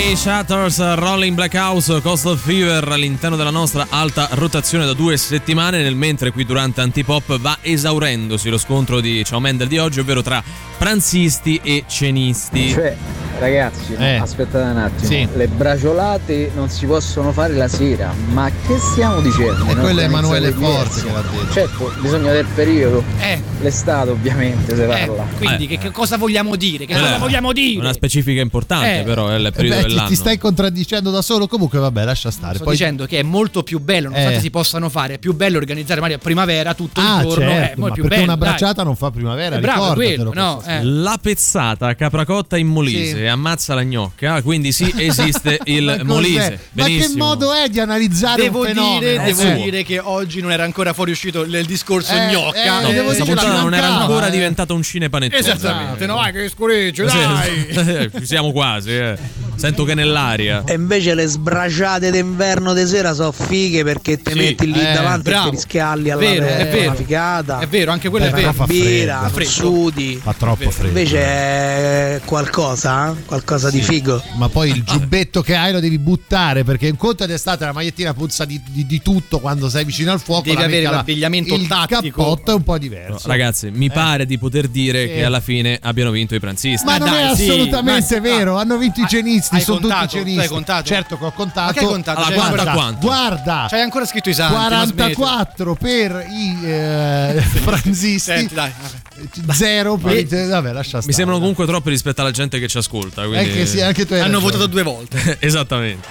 I Shatters, Rolling Black House, Coastal Fever all'interno della nostra alta rotazione da 2 settimane, nel mentre qui durante Antipop va esaurendosi lo scontro di Ciao Mendel di oggi, ovvero tra pranzisti e cenisti. Cioè, ragazzi, aspettate un attimo, Sì. le braciolate non si possono fare la sera, ma che stiamo dicendo? E No? quello è Emanuele Diverso. Forte che l'ha detto. Certo, bisogna del periodo, l'estate ovviamente se parla. Quindi che cosa vogliamo dire? Che cosa vogliamo dire? Una specifica importante, però è il periodo dell'anno. Ti stai contraddicendo da solo, comunque vabbè, lascia stare. Sto dicendo che è molto più bello, nonostante si possano fare, è più bello organizzare magari a primavera tutto il giorno, certo, è ma più perché bello. una bracciata non fa primavera, bravo, ricordatelo. quello, no? La pezzata capracotta in Molise Sì. ammazza la gnocca, quindi sì, esiste il Molise. Ma che Benissimo. modo è di analizzare un fenomeno? Devo dire che oggi non era ancora fuoriuscito il discorso gnocca. devo Questa dire, puntata non era mancava, ancora diventata un cinepanettone. Esattamente, no, che scureccio, dai. Ci siamo quasi, Sento che nell'aria. E invece le sbracciate d'inverno di sera sono fighe perché te metti lì davanti bravo. e ti riscalli alla Vero, è vero. una figata. È vero, anche quello è vero. fa Birra, freddo. sudi. Fa troppo freddo. Invece è qualcosa di figo. Ma poi il giubbetto che hai lo devi buttare, perché un conto d'estate la magliettina puzza di tutto quando sei vicino al fuoco. Devi la avere metti l'abbigliamento il tattico. cappotto è un po' diverso. No, ragazzi, mi pare di poter dire che alla fine abbiano vinto i pranzisti. Ma non è assolutamente vero, hanno vinto i cenisti, hai sono contato? tutti cenisti. Tu hai contato? Certo che ho contato. Ma che hai contato? Allora, C'hai guarda ancora- quanto. Guarda, C'hai ancora scritto i santi. ma 44 per i pranzisti, Senti, dai. 0 per i... Vabbè, lascia stare. Mi sembrano comunque troppi rispetto alla gente che ci ascolta. Quindi... che sì, anche tu hai Hanno ragione. votato 2 volte. Esattamente.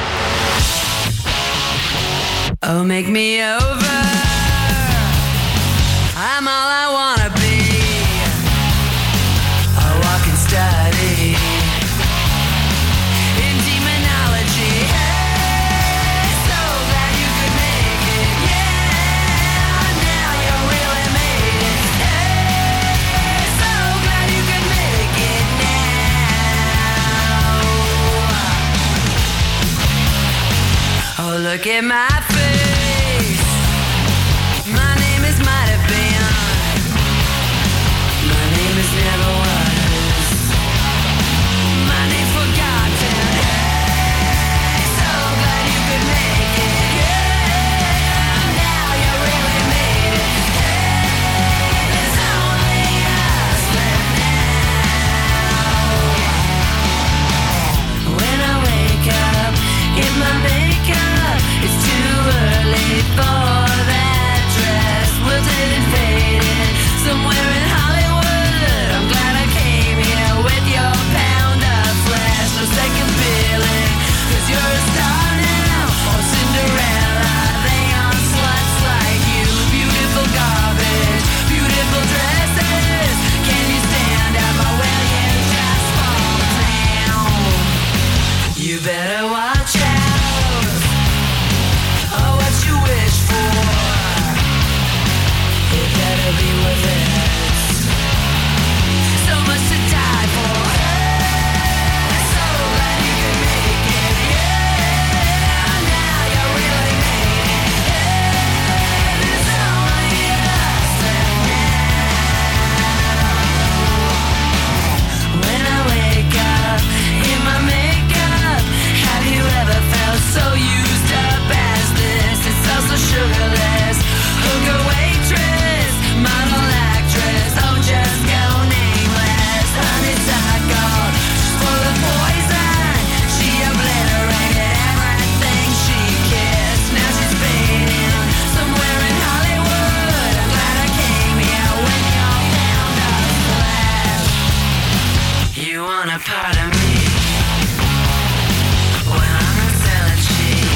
Oh, make me over. I'm all I wanna be. A walking study in demonology. Hey, so glad you could make it. Yeah, now you really made it. Hey, so glad you could make it now. Oh, look at my face. My name is might have been. My name is never was. My name forgotten. Hey, so glad you could make it. Yeah, now you really made it. Hey, there's only us left now. When I wake up in my makeup, it's too early for that dress. Wilted and faded, somewhere in Hollywood. I'm glad I came here with your pound of flesh. No second feeling, 'cause you're a star now. Oh, Cinderella, they aren't sluts like you. Beautiful garbage, beautiful dresses. Can you stand up or will you just fall down? You better watch out. Oh, what you wish for, it better be worth it. So much to die for. Hey, so glad you could make it. Yeah, now you really made it. Hey, there's only us left now. When I wake up in my makeup, have you ever felt so used up as this? It's also sugarless. Hooker, waitress, model, actress, oh just go nameless. Honeysuckle, she's full of poison. She obliterated everything she kissed. Now she's fading somewhere in Hollywood. I'm glad I came here when you're pound of flesh. You want a part of me? Well, I'm not selling cheap.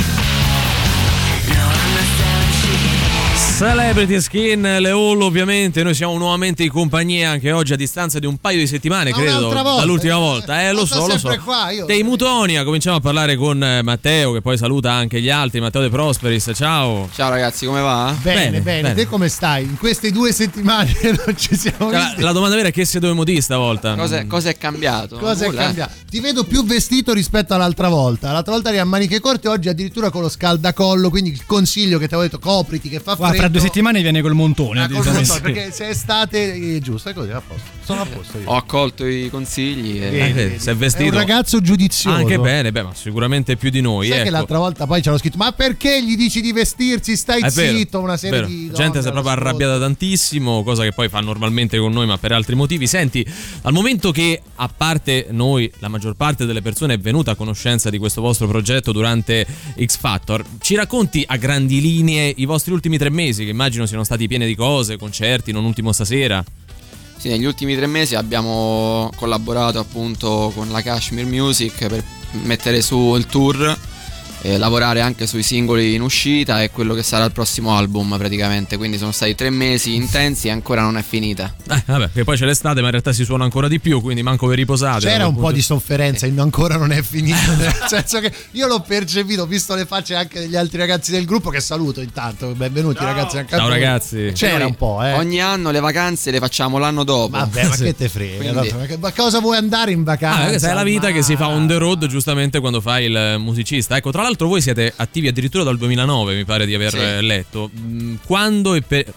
No, I'm not selling cheap. Celebrity Skin, le Hall ovviamente, noi siamo nuovamente in compagnia anche oggi a distanza di un paio di settimane, credo, un'altra volta. dall'ultima volta. Lo so. sempre qua, io- Dei Mutonia, cominciamo a parlare con Matteo, che poi saluta anche gli altri, Matteo De Prosperis, ciao. Ciao ragazzi, come va? Bene. Te come stai? In queste 2 settimane non ci siamo visti. La domanda vera è che se dovevamo dire stavolta. Cosa è cambiato? Cosa è Nulla, cambiato? Ti vedo più vestito rispetto all'altra volta. L'altra volta eri a maniche corte, oggi addirittura con lo scaldacollo. Quindi il consiglio che ti avevo detto, copriti che fa Guarda, freddo. 2 settimane viene col montone. Perché se è estate è giusto, è così, a posto. Sono a posto io. Ho accolto i consigli si è vestito. È un ragazzo giudizioso. Anche bene, ma sicuramente più di noi. Sai che l'altra volta poi ci hanno scritto: ma perché gli dici di vestirsi? Stai zitto. Una serie di la gente si è proprio arrabbiata tantissimo, cosa che poi fa normalmente con noi, ma per altri motivi. Senti, al momento che a parte noi, la maggior parte delle persone è venuta a conoscenza di questo vostro progetto durante X Factor, ci racconti a grandi linee i vostri ultimi 3 mesi, che immagino siano stati pieni di cose, concerti, non ultimo stasera. Sì, negli ultimi 3 mesi abbiamo collaborato appunto con la Kashmir Music per mettere su il tour e lavorare anche sui singoli in uscita e quello che sarà il prossimo album praticamente. Quindi sono stati 3 mesi intensi e ancora non è finita. Vabbè, che poi c'è l'estate, ma in realtà si suona ancora di più, quindi manco vi riposate. C'era un po' di sofferenza, ancora non è finito, nel senso che io l'ho percepito, ho visto le facce anche degli altri ragazzi del gruppo, che saluto intanto, benvenuti ragazzi anche Ciao ragazzi. C'era un po', Ogni anno le vacanze le facciamo l'anno dopo. Vabbè, ma che te frega? Quindi... Ma cosa vuoi andare in vacanza? È la vita che si fa on the road giustamente quando fai il musicista. Ecco, tra l'altro voi siete attivi addirittura dal 2009, mi pare di aver letto. Quando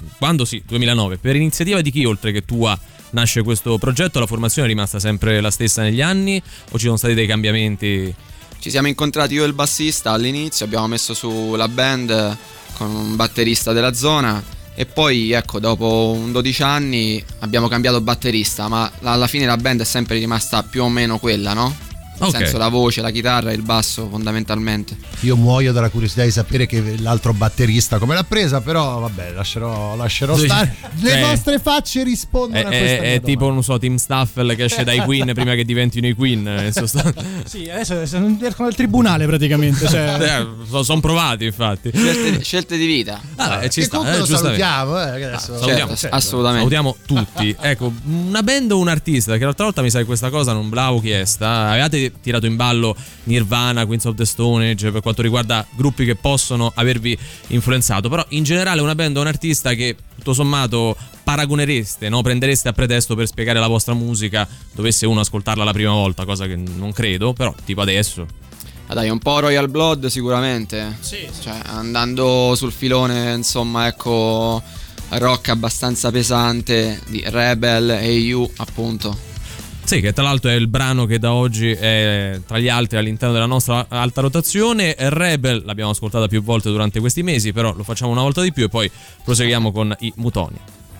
2009. Per iniziativa di chi, oltre che tua, nasce questo progetto? La formazione è rimasta sempre la stessa negli anni o ci sono stati dei cambiamenti? Ci siamo incontrati io e il bassista all'inizio, abbiamo messo su la band con un batterista della zona e poi ecco, dopo 12 anni abbiamo cambiato batterista, ma alla fine la band è sempre rimasta più o meno quella, no? Nel senso, la voce, la chitarra e il basso fondamentalmente. Io muoio dalla curiosità di sapere che l'altro batterista come l'ha presa, però vabbè, lascerò stare. Le vostre facce rispondono a questa è tipo, non so, Tim Staffel che esce dai Queen prima che diventino i Queen. Sì, adesso sono al tribunale praticamente. Sono provati, infatti. Scelte di vita. Ci sta, lo salutiamo, adesso. Certo, assolutamente. Salutiamo tutti. Ecco, una band o un artista, che l'altra volta mi sa che questa cosa non ve l'avevo chiesta. Avevate tirato in ballo Nirvana, Queens of the Stone Age per quanto riguarda gruppi che possono avervi influenzato, però in generale una band o un artista che tutto sommato paragonereste, no? Prendereste a pretesto per spiegare la vostra musica dovesse uno ascoltarla la prima volta, cosa che non credo, però tipo adesso. Dai, un po' Royal Blood sicuramente. Sì. Cioè, andando sul filone, insomma, ecco, rock abbastanza pesante di Rebel e You, appunto. Sì, che tra l'altro è il brano che da oggi è tra gli altri all'interno della nostra alta rotazione. Rebel l'abbiamo ascoltata più volte durante questi mesi, però lo facciamo una volta di più e poi proseguiamo con i Mutoni.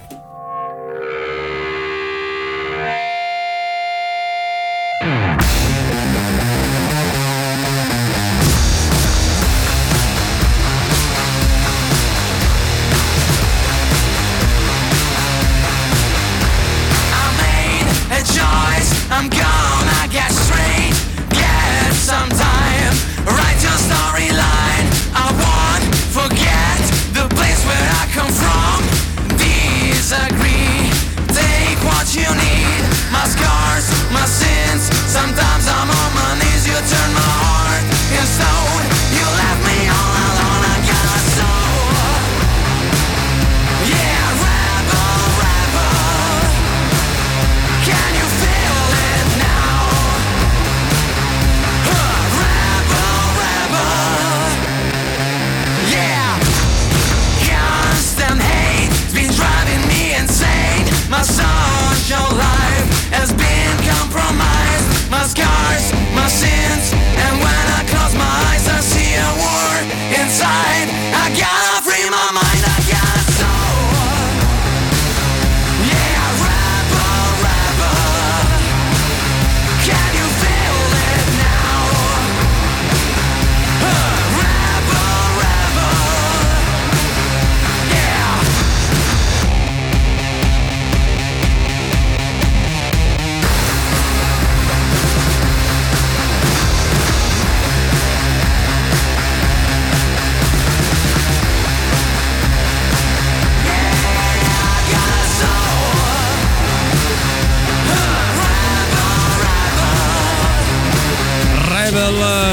I'm gonna get straight, get some time, write your storyline. I won't forget the place where I come from. The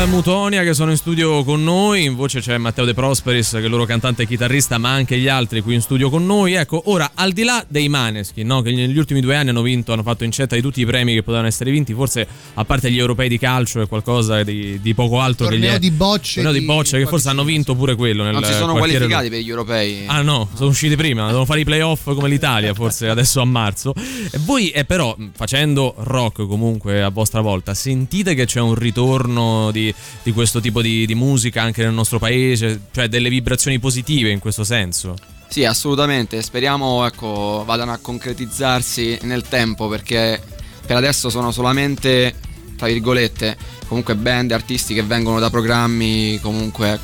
Mutonia che sono in studio con noi, in voce c'è Matteo De Prosperis che è il loro cantante e chitarrista, ma anche gli altri qui in studio con noi. Ecco, ora al di là dei Maneskin, no, che negli ultimi 2 anni hanno fatto incetta di tutti i premi che potevano essere vinti, forse a parte gli europei di calcio e qualcosa di poco altro, torneo che gli di bocce, che forse hanno vinto pure quello nel non si sono qualificati per gli europei. Ah no, sono usciti prima, devono fare i playoff come l'Italia forse adesso a marzo. E voi però facendo rock comunque a vostra volta sentite che c'è un ritorno di questo tipo di musica anche nel nostro paese, cioè delle vibrazioni positive in questo senso? Sì, assolutamente, speriamo vadano a concretizzarsi nel tempo, perché per adesso sono solamente, tra virgolette, comunque band, artisti che vengono da programmi comunque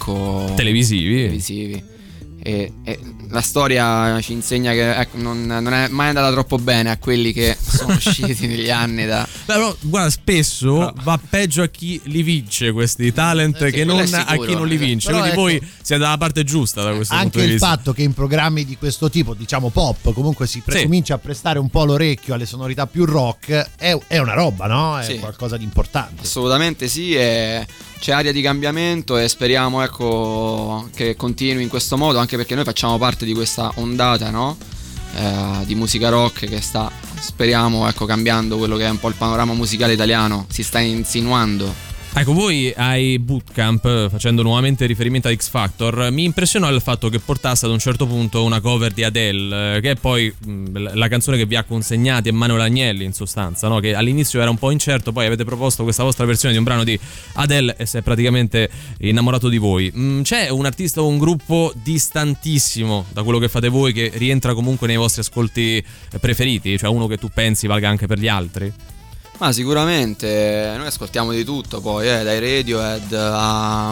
televisivi. E la storia ci insegna che non è mai andata troppo bene a quelli che sono usciti negli anni da... Però guarda, spesso va peggio a chi li vince questi talent che non sicuro, a chi non li vince. Però quindi voi siete dalla parte giusta da questo punto di vista. Anche il fatto che in programmi di questo tipo, diciamo pop, comunque si comincia a prestare un po' l'orecchio alle sonorità più rock, è una roba, no? È qualcosa di importante. Assolutamente sì, c'è aria di cambiamento e speriamo che continui in questo modo, anche perché noi facciamo parte di questa ondata, no? Di musica rock che sta, speriamo, cambiando quello che è un po' il panorama musicale italiano, si sta insinuando. Ecco, voi ai Bootcamp, facendo nuovamente riferimento a X Factor, mi impressionò il fatto che portasse ad un certo punto una cover di Adele, che è poi la canzone che vi ha consegnati Emanuele Agnelli in sostanza, no? Che all'inizio era un po' incerto, poi avete proposto questa vostra versione di un brano di Adele e si è praticamente innamorato di voi. C'è un artista o un gruppo distantissimo da quello che fate voi che rientra comunque nei vostri ascolti preferiti, cioè uno che tu pensi valga anche per gli altri? Ma sicuramente noi ascoltiamo di tutto, poi dai Radiohead a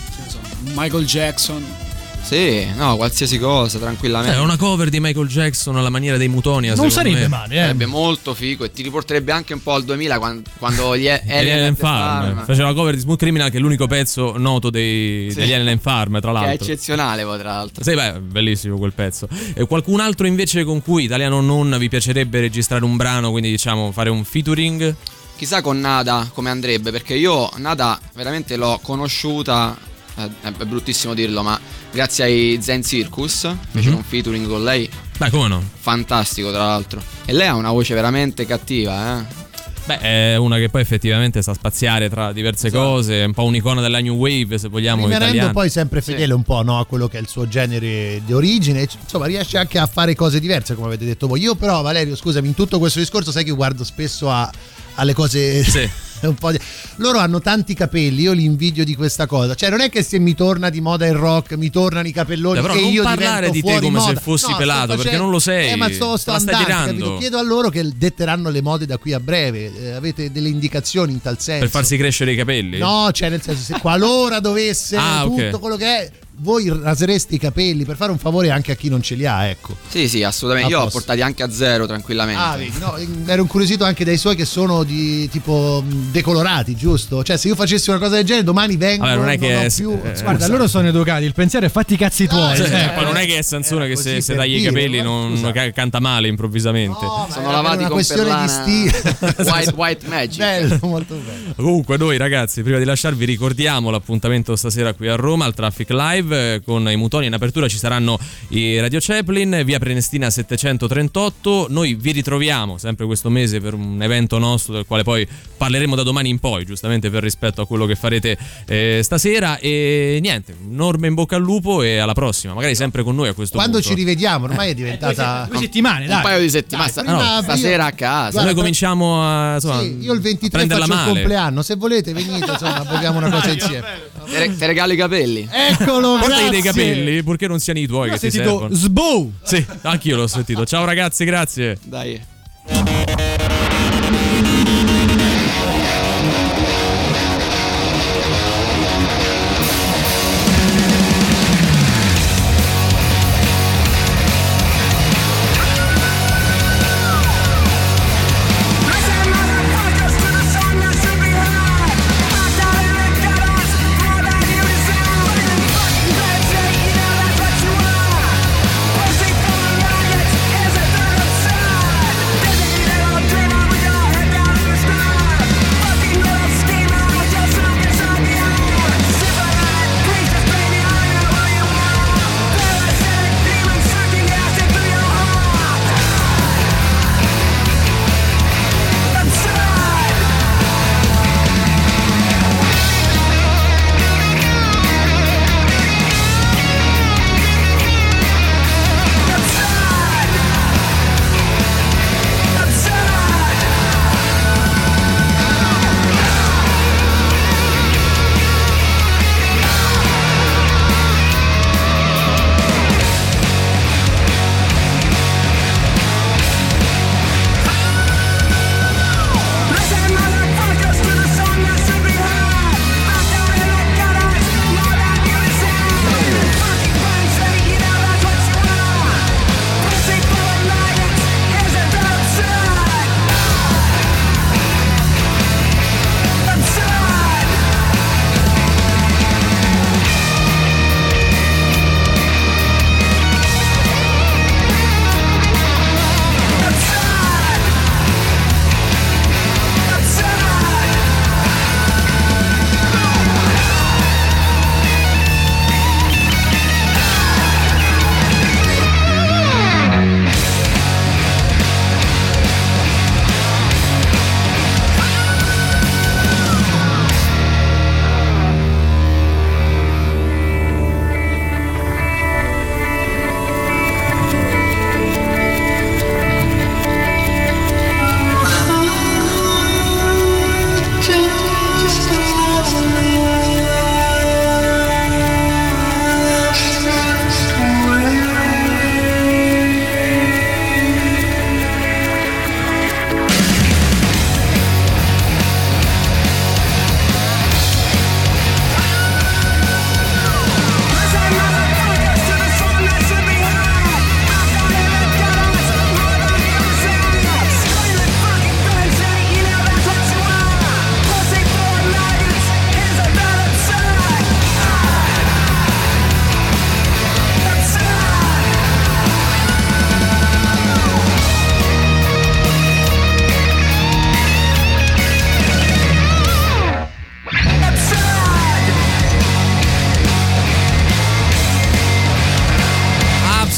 Michael Jackson. Sì, no, qualsiasi cosa, tranquillamente. Una cover di Michael Jackson alla maniera dei Mutonia non sarebbe male, sarebbe molto figo e ti riporterebbe anche un po' al 2000 quando gli Alien Farm faceva la cover di Smooth Criminal, che è l'unico pezzo noto degli Alien Farm, tra l'altro, che è eccezionale poi, tra l'altro. Sì, beh, bellissimo quel pezzo. E qualcun altro invece con cui, italiano non, vi piacerebbe registrare un brano, quindi diciamo fare un featuring? Chissà con Nada come andrebbe, perché io Nada veramente l'ho conosciuta, è bruttissimo dirlo, ma grazie ai Zen Circus, fecero un featuring con lei. Beh, come no? Fantastico, tra l'altro. E lei ha una voce veramente cattiva, Beh, è una che poi effettivamente sa spaziare tra diverse cose, è un po' un'icona della New Wave, se vogliamo, rimanendo italiana. Poi sempre fedele un po', no, a quello che è il suo genere di origine, insomma riesce anche a fare cose diverse, come avete detto voi. Io però, Valerio, scusami, in tutto questo discorso sai che io guardo spesso alle cose... Sì. Un po' loro hanno tanti capelli, io li invidio di questa cosa, cioè non è che se mi torna di moda il rock mi tornano i capelloni, però che non io parlare divento di te fuori come moda. se fossi pelato, perché non lo sei, ma sto andando, capito? Chiedo a loro che detteranno le mode da qui a breve, avete delle indicazioni in tal senso per farsi crescere i capelli? No, cioè nel senso, se qualora dovesse tutto quello che è, voi rasereste i capelli per fare un favore anche a chi non ce li ha, ecco. Sì, assolutamente. Io ho portati anche a 0 tranquillamente. Vedi, no, ero incuriosito anche dai suoi che sono di tipo decolorati, giusto? Cioè se io facessi una cosa del genere domani vengono, non è che guarda, loro sono educati, il pensiero è fatti i cazzi tuoi. Poi non è che è Sansone che se taglia i capelli non canta male improvvisamente. No, sono lavati con perlana di stile. White Magic. Bello, molto bello. Comunque noi ragazzi, prima di lasciarvi ricordiamo l'appuntamento stasera qui a Roma al Traffic Live con i Mutonia. In apertura ci saranno i Radio Chaplin, via Prenestina 738. Noi vi ritroviamo sempre questo mese per un evento nostro del quale poi parleremo da domani in poi, giustamente per rispetto a quello che farete stasera. E niente, enorme in bocca al lupo e alla prossima, magari sempre con noi a questo quando punto. Ci rivediamo, ormai è diventata 2 settimane, dai. Un paio di settimane, stasera a casa. Guarda, noi cominciamo a io il 23 faccio il compleanno, se volete venite, insomma, proviamo una cosa insieme. Ti regalo i capelli. Eccolo, portati dei capelli, purché non siano i tuoi che ti servono. Sbou! Sì, anch'io l'ho sentito. Ciao ragazzi, grazie. Dai. Pussy full of maggots, is it the side?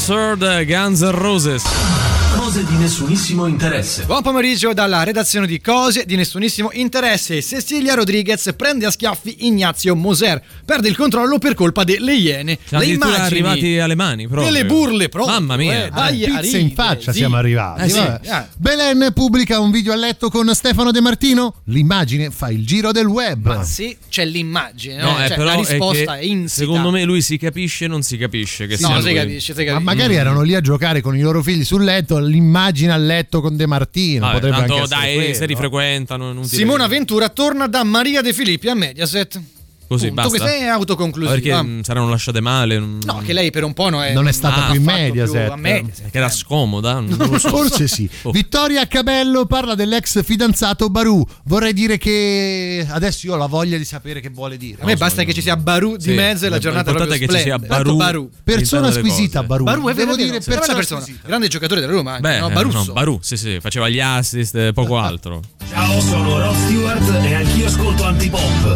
Absurd, Guns N' Roses. Cose di nessunissimo interesse. Buon pomeriggio dalla redazione di Cose di nessunissimo interesse. Cecilia Rodriguez prende a schiaffi Ignazio Moser, perde il controllo per colpa delle iene. Le immagini arrivati alle mani proprio. Delle burle proprio. Mamma mia. Dai, pizza in faccia sì. siamo arrivati. Sì. Belen pubblica un video a letto con Stefano De Martino. L'immagine fa il giro del web. Ma sì, c'è l'immagine, No, cioè, però la risposta è è insita. secondo me lui si capisce, non si capisce che sia No, lui. si capisce. Ma magari erano lì a giocare con i loro figli sul letto. L'immagine a letto con De Martino. Vabbè, potrebbe tanto anche essere dai, quello. se li frequentano. Non ti Simona Ventura torna da Maria De Filippi a Mediaset. Così Punto. basta. Questa è autoconclusiva. Perché saranno lasciate male. No, che lei per un po' non è stata più in Mediaset. Che era scomoda. Non lo so. Forse sì. Vittoria Cabello parla dell'ex fidanzato Barù. Vorrei dire che adesso io ho la voglia di sapere che vuole dire. A me basta che ci sia Barù di mezzo e la giornata proprio che ci sia splendida. Barù. Persona squisita Barù. Barù è devo vero, dire è una persona. Grande giocatore della Roma anche, no? Barusso. No, Barù, sì, faceva gli assist, poco altro. Ciao, sono Rod Stewart e anch'io ascolto Antipop.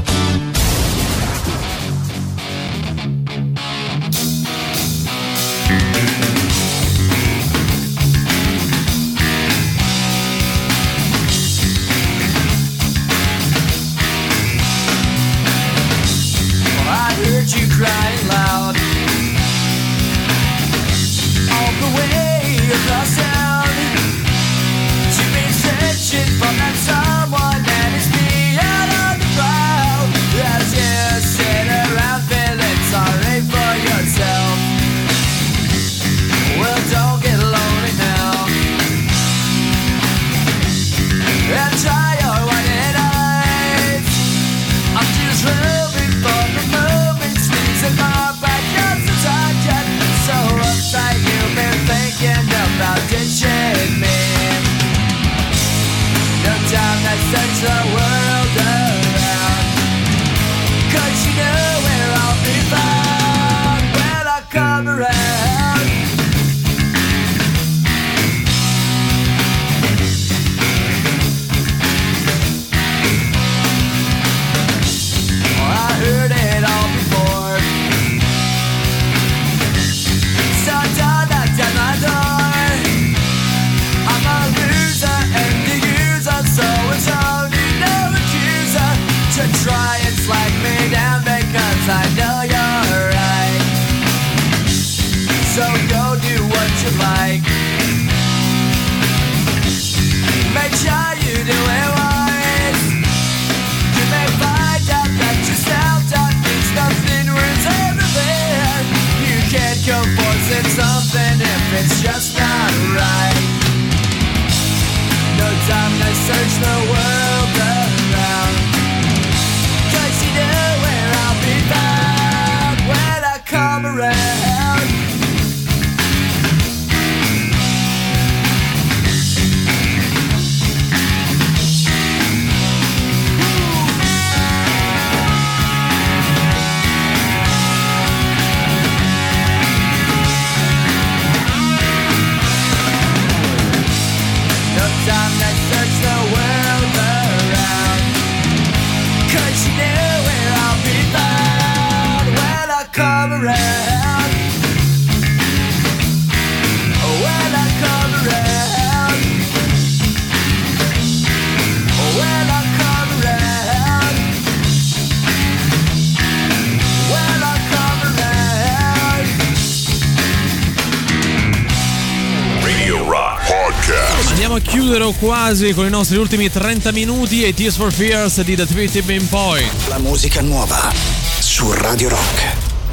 I heard you crying loud all the way across town. You've been searching for that someone that is beyond on the crowd. As you sit around feeling sorry for yourself. Well, don't get lonely now. And try your white eyes. I'm just hoping for the moment sleeps in my backyard since I get so uptight. You've been thinking about ditching me. No time to search the world around, 'cause you know where I'll be found when I come around. I heard it all before. So don't knock down my door. I'm a loser and the user, so it's only no accuser to try and slack me down because I know you're right. So go do what you like. Make sure you do it wise. You may find out that yourself that means nothing ruins everything. You can't go forcing something if it's just not right. No time to search the world around, 'cause you know where I'll be found when I come around. No time to search the world around, 'cause you know where I'll be found when I come around. When I come around. When I come around. When I come around. Radio Rock Podcast. Andiamo a chiudere quasi con i nostri ultimi 30 minuti e Tears for Fears di The Three Tipping Point. La musica nuova su Radio Rock.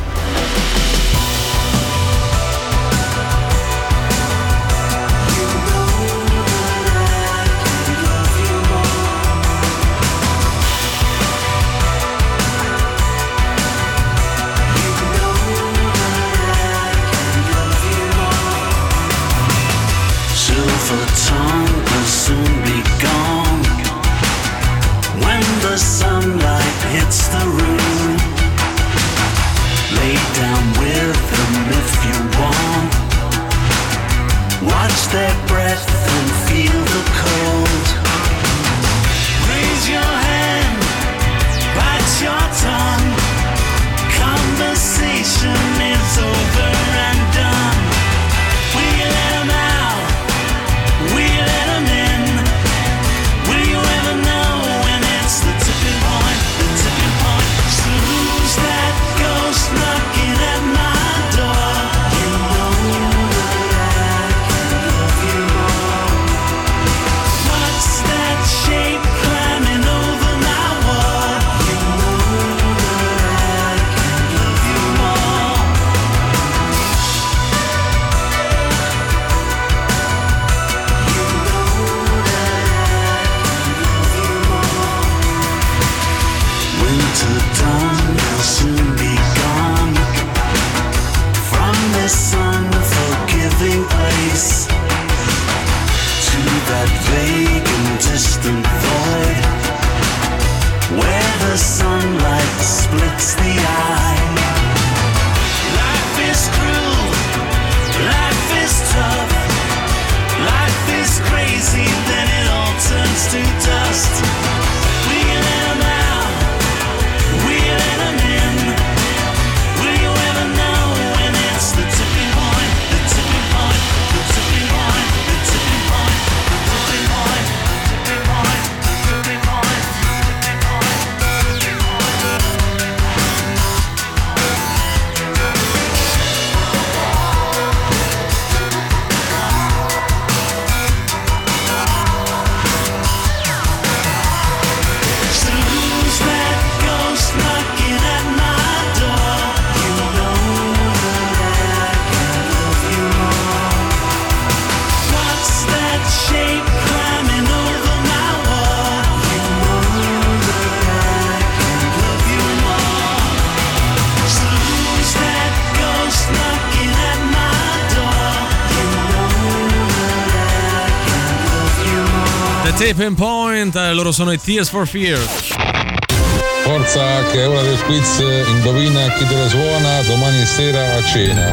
Silver tongue will soon be gone when the sunlight hits the room. Lay down with them if you want. Watch their breath and feel the cold. Raise your hand, bite your tongue. Conversation is over and done. place, to that vague and distant void, where the sunlight splits the eye. Life is cruel, life is tough, life is crazy, then it all turns to dust. We let 'em out, we let 'em in. Will you ever know when it's the tipping point, the tipping point, the tipping point, the tipping point, the tipping point, the tipping point, the tipping point, the tipping point. So who's that ghost knocking at my door? You know that I can love you more. What's that shape climbing over my wall? You know that I can love you more. So who's that ghost knocking at my door? You know that I can love you more. The Tipping Point, loro sono i Tears for Fears. Forza che è ora del quiz, indovina chi te lo suona domani sera a cena.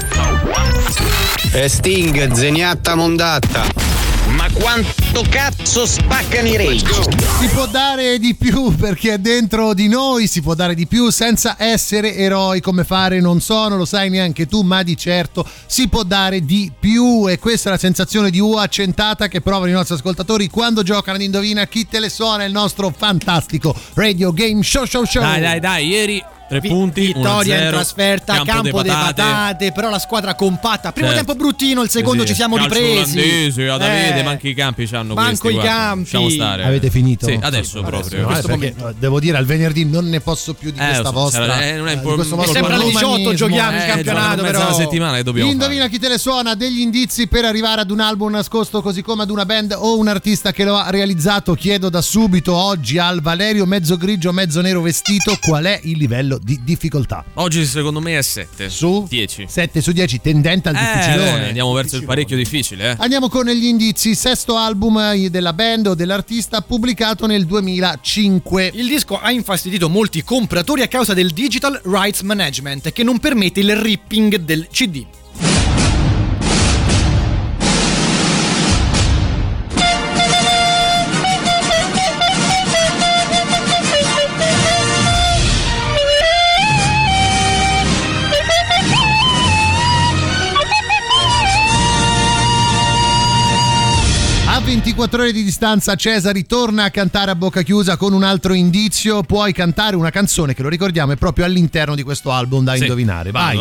Sting, zeniatta mondatta. Ma quanto cazzo spaccano i rage? Si può dare di più perché è dentro di noi, si può dare di più senza essere eroi, come fare non so, non lo sai neanche tu, ma di certo si può dare di più, e questa è la sensazione di U accentata che provano i nostri ascoltatori quando giocano ad Indovina chi te le suona, il nostro fantastico radio game show. Dai, ieri 3 punti, vittoria 1-0, in trasferta, campo delle patate, però la squadra compatta. Primo tempo bruttino, il secondo ci siamo ripresi. Olandese, vede, manco i campi c'hanno manco questi, i campi. Lasciamo stare. Avete finito? Sì, adesso proprio. Devo dire, al venerdì non ne posso più di questa vostra. Non è di questo modo sempre alle 18 giochiamo il campionato, però una settimana che dobbiamo Indovina chi te le suona, degli indizi per arrivare ad un album nascosto, così come ad una band o un artista che lo ha realizzato. Chiedo da subito oggi al Valerio, mezzo grigio mezzo nero vestito, qual è il livello di difficoltà? Oggi secondo me è 7 su 10. 7 su 10, tendente al difficilone. Andiamo verso il parecchio difficile. Andiamo con gli indizi. Sesto album della band o dell'artista, pubblicato nel 2005. Il disco ha infastidito molti compratori a causa del digital rights management, che non permette il ripping del CD. A 24 ore di distanza Cesari torna a cantare a bocca chiusa con un altro indizio. Puoi cantare una canzone che, lo ricordiamo, è proprio all'interno di questo album da indovinare. Vai.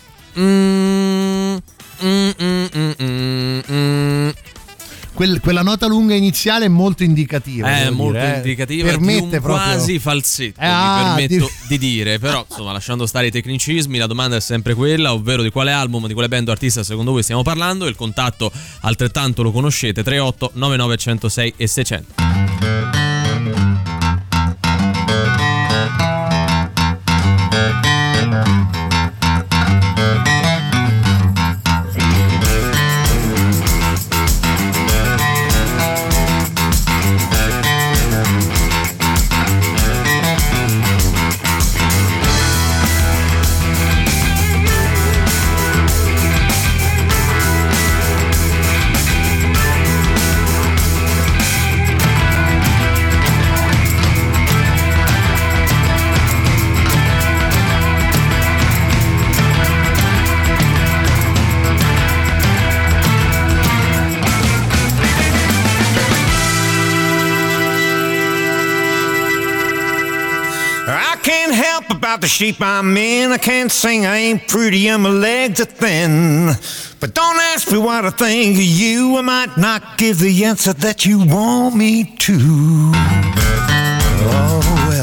Quella nota lunga iniziale è molto indicativa. È molto indicativa, permette di proprio quasi falsetto, mi permetto di dire. Però, insomma, lasciando stare i tecnicismi, la domanda è sempre quella, ovvero di quale album, di quale band o artista secondo voi stiamo parlando. Il contatto altrettanto lo conoscete, 38 99 106 e 600. About the shape I'm in, I can't sing, I ain't pretty, and my legs are thin. But don't ask me what I think of you, I might not give the answer that you want me to. Oh well.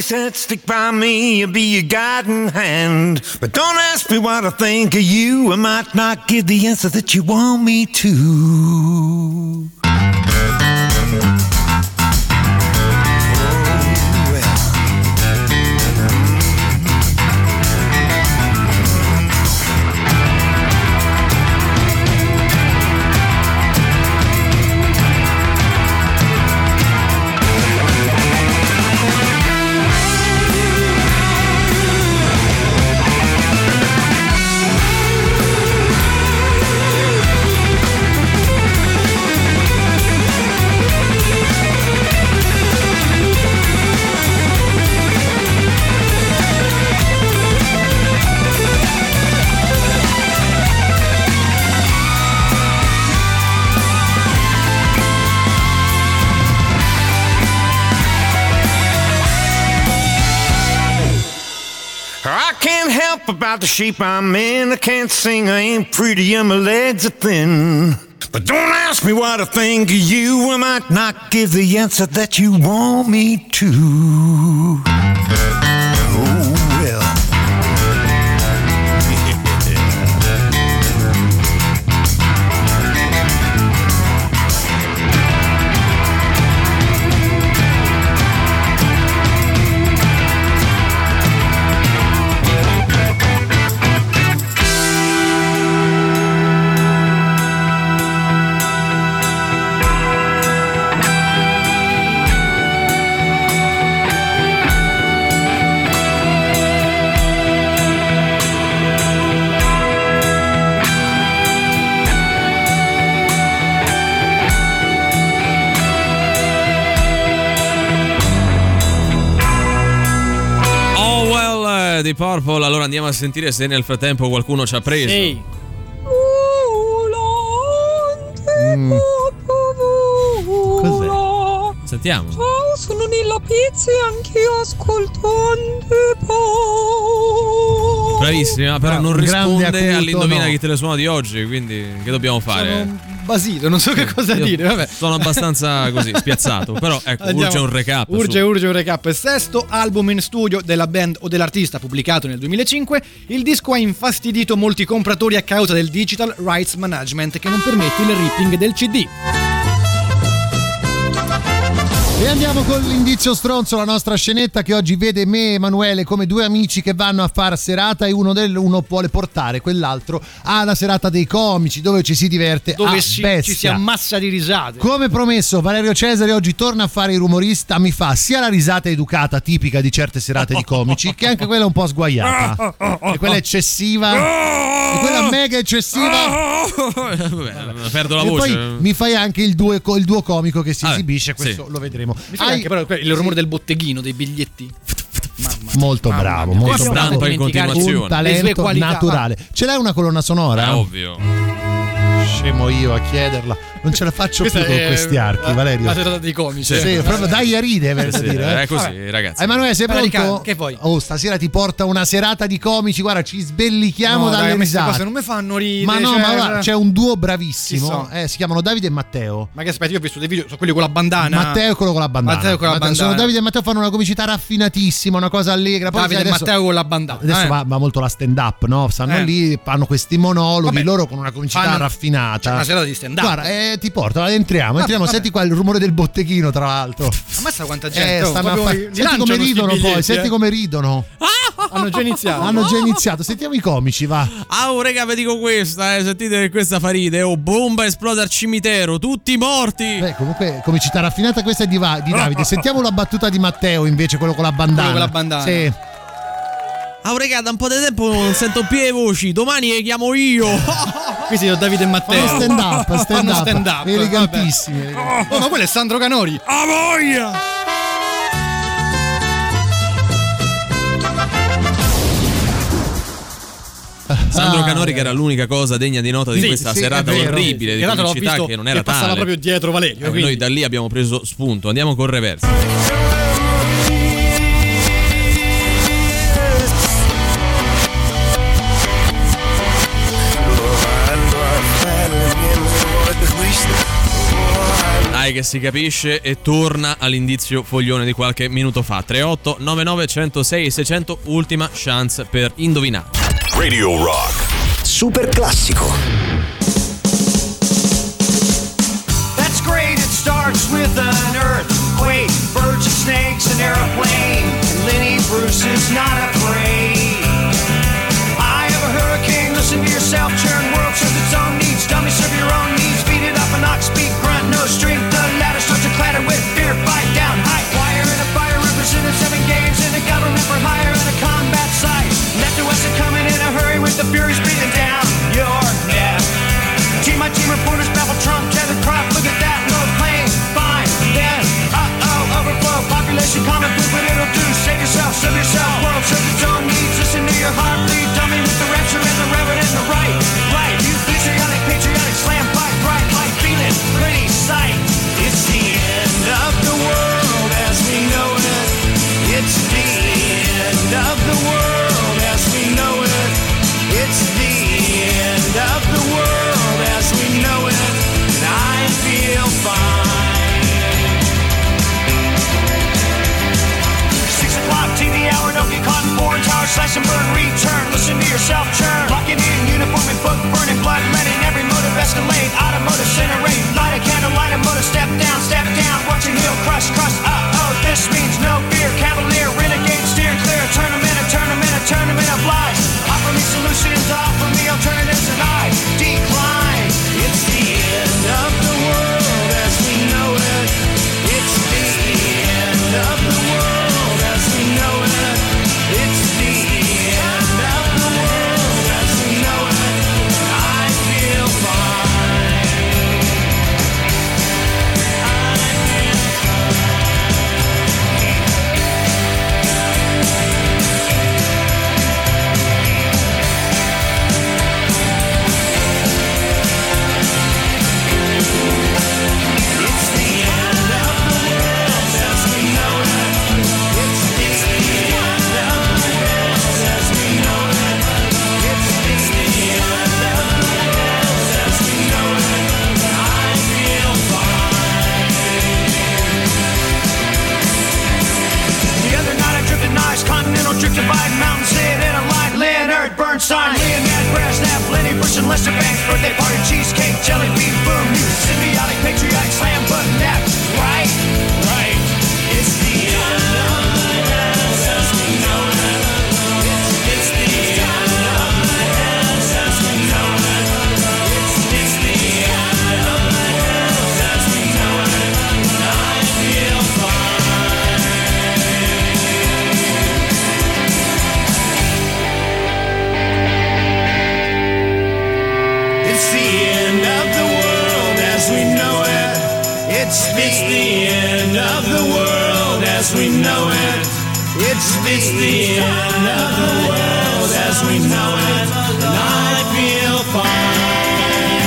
said, stick by me, you'll be your guiding hand. But don't ask me what I think of you, I might not give the answer that you want me to. About the shape I'm in, I can't sing, I ain't pretty, and my legs are thin. But don't ask me what I think of you, I might not give the answer that you want me to. Di Purple, allora andiamo a sentire se nel frattempo qualcuno ci ha preso. Sì. Cos'è? Sentiamo. Ciao, sono Nilla Pizzi e anch'io ascolto Antipo. Bravissima, però non risponde acuto, all'indovina no. chi te le suona di oggi, quindi che dobbiamo fare? Sono basito, non so che cosa dire. Vabbè. Sono abbastanza così spiazzato, però ecco, Andiamo. urge un recap. Urge un recap. Sesto album in studio della band o dell'artista, pubblicato nel 2005. Il disco ha infastidito molti compratori a causa del digital rights management che non permette il ripping del CD. E andiamo con l'indizio stronzo, la nostra scenetta che oggi vede me e Emanuele come due amici che vanno a far serata e uno vuole portare quell'altro alla serata dei comici dove ci si diverte Dove a ci bestia. si ammassa di risate. Come promesso, Valerio Cesare oggi torna a fare il rumorista, mi fa sia la risata educata tipica di certe serate di comici che anche quella un po' sguaiata. E quella eccessiva, e quella mega eccessiva. Vabbè, perdo la E voce. poi mi fai anche il duo comico che si esibisce, questo sì. lo vedremo. Mi fa anche però il rumore del botteghino, dei biglietti. Molto bravo, molto bravo. Stampa in continuazione. Un talento naturale. Ce l'hai una colonna sonora? È ovvio. Scemo io a chiederla. Non ce la faccio Questa più con è questi archi, Valerio. La serata dei comici. Sì, proprio dai a ridere, per dire. È così, Vabbè. ragazzi. Emanuele, sei pronto? Che poi? Oh, stasera ti porta una serata di comici. Guarda, ci sbellichiamo dalle dai, queste risate. cose non mi fanno ridere. Ma no, cioè, ma guarda, c'è un duo bravissimo. Chi so? Si chiamano Davide e Matteo. Ma che aspetta, io ho visto dei video, sono quelli con la bandana. Matteo è quello con la bandana. Sono Davide e Matteo, fanno una comicità raffinatissima, una cosa allegra. Poi Davide e adesso, Matteo con la bandana. Adesso va molto la stand up, no? Stanno lì, fanno questi monologhi, loro con una comicità raffinata. C'è una serata di stand up. Guarda, ti porto, entriamo. Senti qua il rumore del botteghino, tra l'altro. Ammazza quanta gente. Senti come ridono poi, senti come ridono. Hanno già iniziato. Hanno già iniziato. Sentiamo i comici, va. Raga, vi dico questa, sentite che questa fa ride. Bomba esplode al cimitero, tutti morti. Beh, comunque, comicità raffinata questa è di Davide. Sentiamo la battuta di Matteo, invece, quello con la bandana. Quello con la bandana. Sì. Raga, da un po' di tempo non sento più le voci. Domani le chiamo io. Questi sono Davide e Matteo. Fanno stand up. Vabbè. Elegantissimi. Oh, ma quello è Sandro Canori. A voglia! Sandro Canori, che era l'unica cosa degna di nota di questa serata orribile di comicità, che non era tale. Passava proprio dietro Valerio. Noi da lì abbiamo preso spunto. Andiamo col reverso. Dai, che si capisce e torna all'indizio foglione di qualche minuto fa. 38 99 106 600, ultima chance per indovinare. Radio Rock Super classico. That's great, it starts with an earthquake, birds and snakes, an airplane, and Lenny Bruce is not afraid. I have a hurricane, listen to yourself, churn, world serves its own needs, dummy serve your own needs, feed it up an ox, speak, grunt, no strength, the ladder starts to clatter with fear, fight down, high wire and a fire represented 7 games in a government for hire and a combat site, left to west and coming in a hurry with the furies breathing down your neck. Team my team reporters babble Trump, Kevin Crop, look at that, no plane, fine, then, overflow, population common food, but it'll do, save yourself, serve yourself, world serves its own needs, listen to your heart bleed, dummy with the rapture and the reverend and the right, you patriotic, slam, fight, bright, light, feeling, pretty sight, it's the end of the world as we know it, it's the end of the world as we know it, it's the end of the world as we know it, and I feel fine. 6 o'clock TV hour, don't get caught in foreign tower, slash and burn, return, listen to yourself churn, locking in uniform and book, burning blood, letting every motive escalate, automotive incinerate, light a candle, light a motor, step down, watching heel crush, this means no fear, cavalier, renegade, steer clear, a tournament of lies, offer me solutions, offer me alternatives, and I decline. It's the end of the world as we know it, it's the end of the world as we know it, it's the end of the world as we know it, and I feel fine. Continental drift divide, mountains sit in a line, Leonard Bernstein, Leonard Brezhnev, Lenny Bruce and Lester Banks, birthday party, cheesecake, jelly bean, boom, you symbiotic, patriotic, slam button, that's right, it's the end of the world as we know it, it's the end of the world as we know it, it's the end of the world as we know it, and I feel fine. It's the end of the world as we know it. It's the end of the world as we know it. It's the end of the world as we know it. And I feel fine.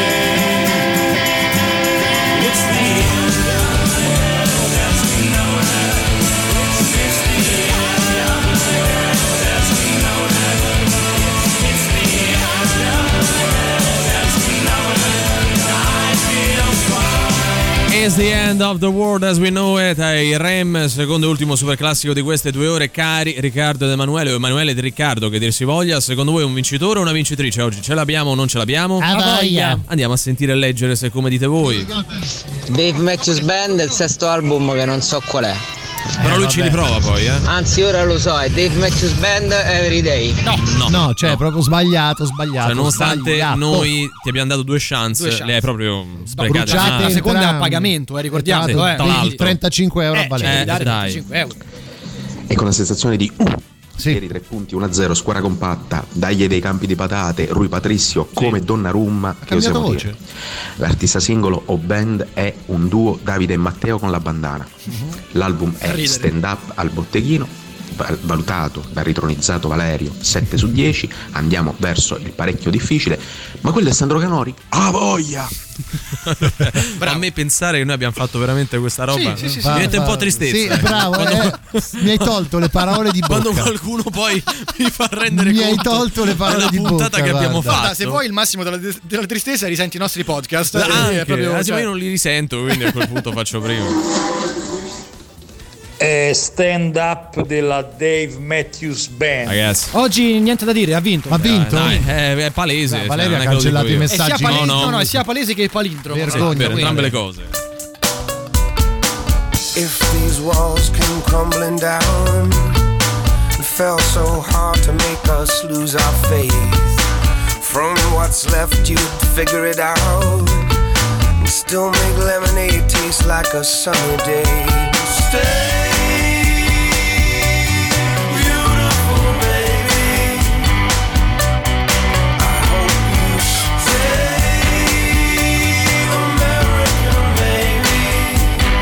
It's the end of the world as we know it. It's the end of the world as we know it. It's the end of the world as we know it. And I feel fine. It's the end of the world as we know it, ai Rem, secondo e ultimo super classico di queste 2 ore, cari Riccardo ed Emanuele, o Emanuele ed Riccardo, che dir si voglia. Secondo voi un vincitore o una vincitrice oggi? Ce l'abbiamo o non ce l'abbiamo? Andiamo a sentire e leggere se come dite voi. Dave Matthews Band, il 6º album che non so qual è. Però lui ci riprova poi, Anzi, ora lo so, è Dave Matthews Band Everyday. No, proprio sbagliato. Cioè, nonostante noi ti abbiamo dato 2 chance, le hai proprio sprecate. La seconda è a pagamento, ricordiamo. Quindi 35 euro a valere. Dare 35 euro. E con la sensazione di ieri 3 punti 1-0, squadra compatta, dagli dei campi di patate, Rui Patricio come Donnarumma, che osiamo dire. L'artista singolo o band è un duo Davide e Matteo con la bandana. L'album è Stand Up al Botteghino. valutato dal ritronizzato Valerio 7 su 10, andiamo verso il parecchio difficile, ma quello è Sandro Canori? Ah, voglia! A me pensare che noi abbiamo fatto veramente questa roba Sì. mi mette un po' tristezza. Sì, bravo, mi hai tolto le parole di bocca. Quando qualcuno poi mi fa rendere mi conto hai tolto le parole della di puntata bocca, che abbiamo guarda. fatto. Guarda, se vuoi il massimo della tristezza risenti i nostri podcast. Anche, è proprio, io non li risento, quindi a quel punto faccio prima. Stand up della Dave Matthews Band. Ragazzi, Oggi niente da dire, ha vinto. Ha vinto? Dai, è palese. Dai, Valerio cioè, ha non è che lo cancellato dico i io. messaggi. È sia palese, No, è sia palese che palindromo. Vergogna, Per entrambe le cose. If these walls came crumbling down, it fell so hard to make us lose our faith. From what's left you'd figure it out and still make lemonade taste like a sunny day. Stay beautiful, baby. I hope you stay American, baby.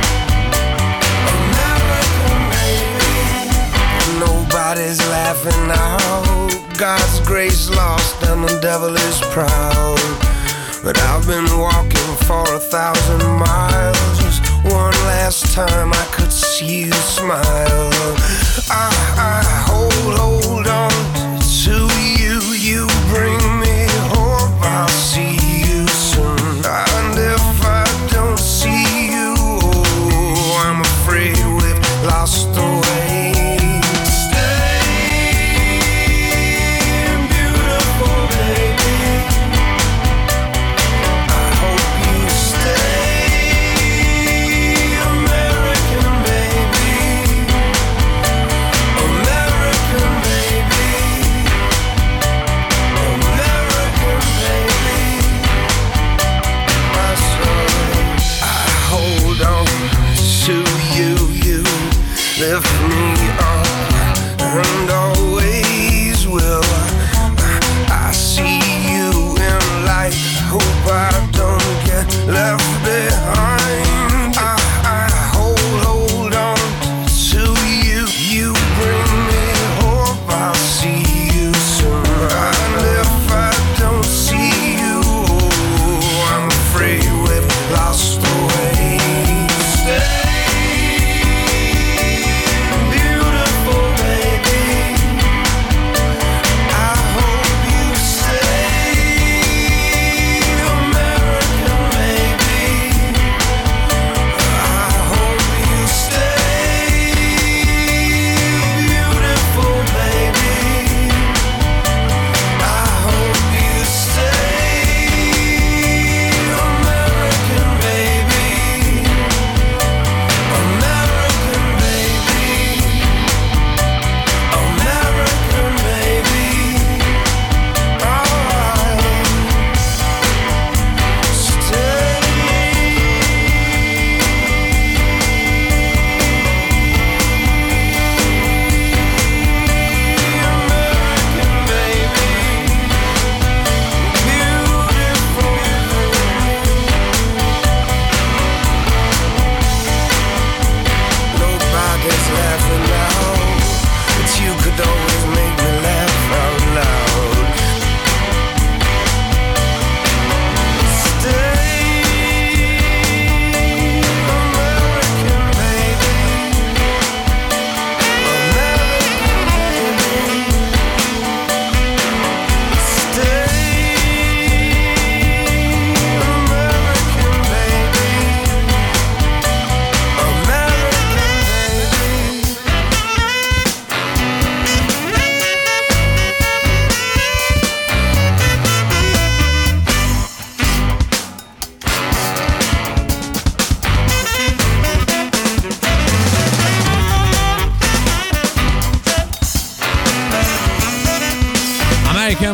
American, baby. Nobody's laughing now. God's grace lost and the devil is proud. But I've been walking for 1,000 miles. Just one last time I could see you smile. I hold on to you. You bring me hope. I'll see you soon. And if I don't see you, oh, I'm afraid we've lost the way. American baby.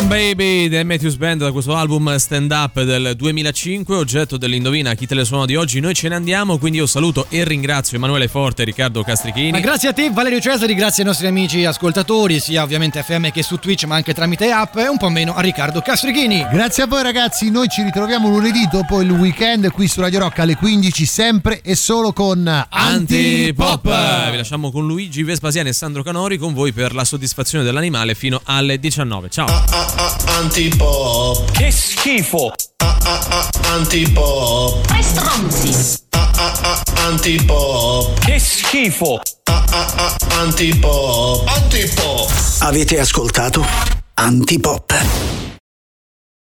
On Baby dei Matthews Band, da questo album Stand Up del 2005, oggetto dell'Indovina chi te le suona di oggi. Noi ce ne andiamo, quindi io saluto e ringrazio Emanuele Forte e Riccardo Castrichini. Ma grazie a te Valerio Cesari, grazie ai nostri amici ascoltatori, sia ovviamente FM che su Twitch, ma anche tramite app, e un po' meno a Riccardo Castrichini. Grazie a voi ragazzi, noi ci ritroviamo lunedì dopo il weekend qui su Radio Rock alle 15, sempre e solo con Antipop. Vi lasciamo con Luigi Vespasiani e Sandro Canori, con voi per la soddisfazione dell'animale fino alle 19. Ciao. Antipop. Che schifo. Antipop. Tre stronzi. Antipop. Che schifo. Antipop. Antipop. Avete ascoltato Antipop.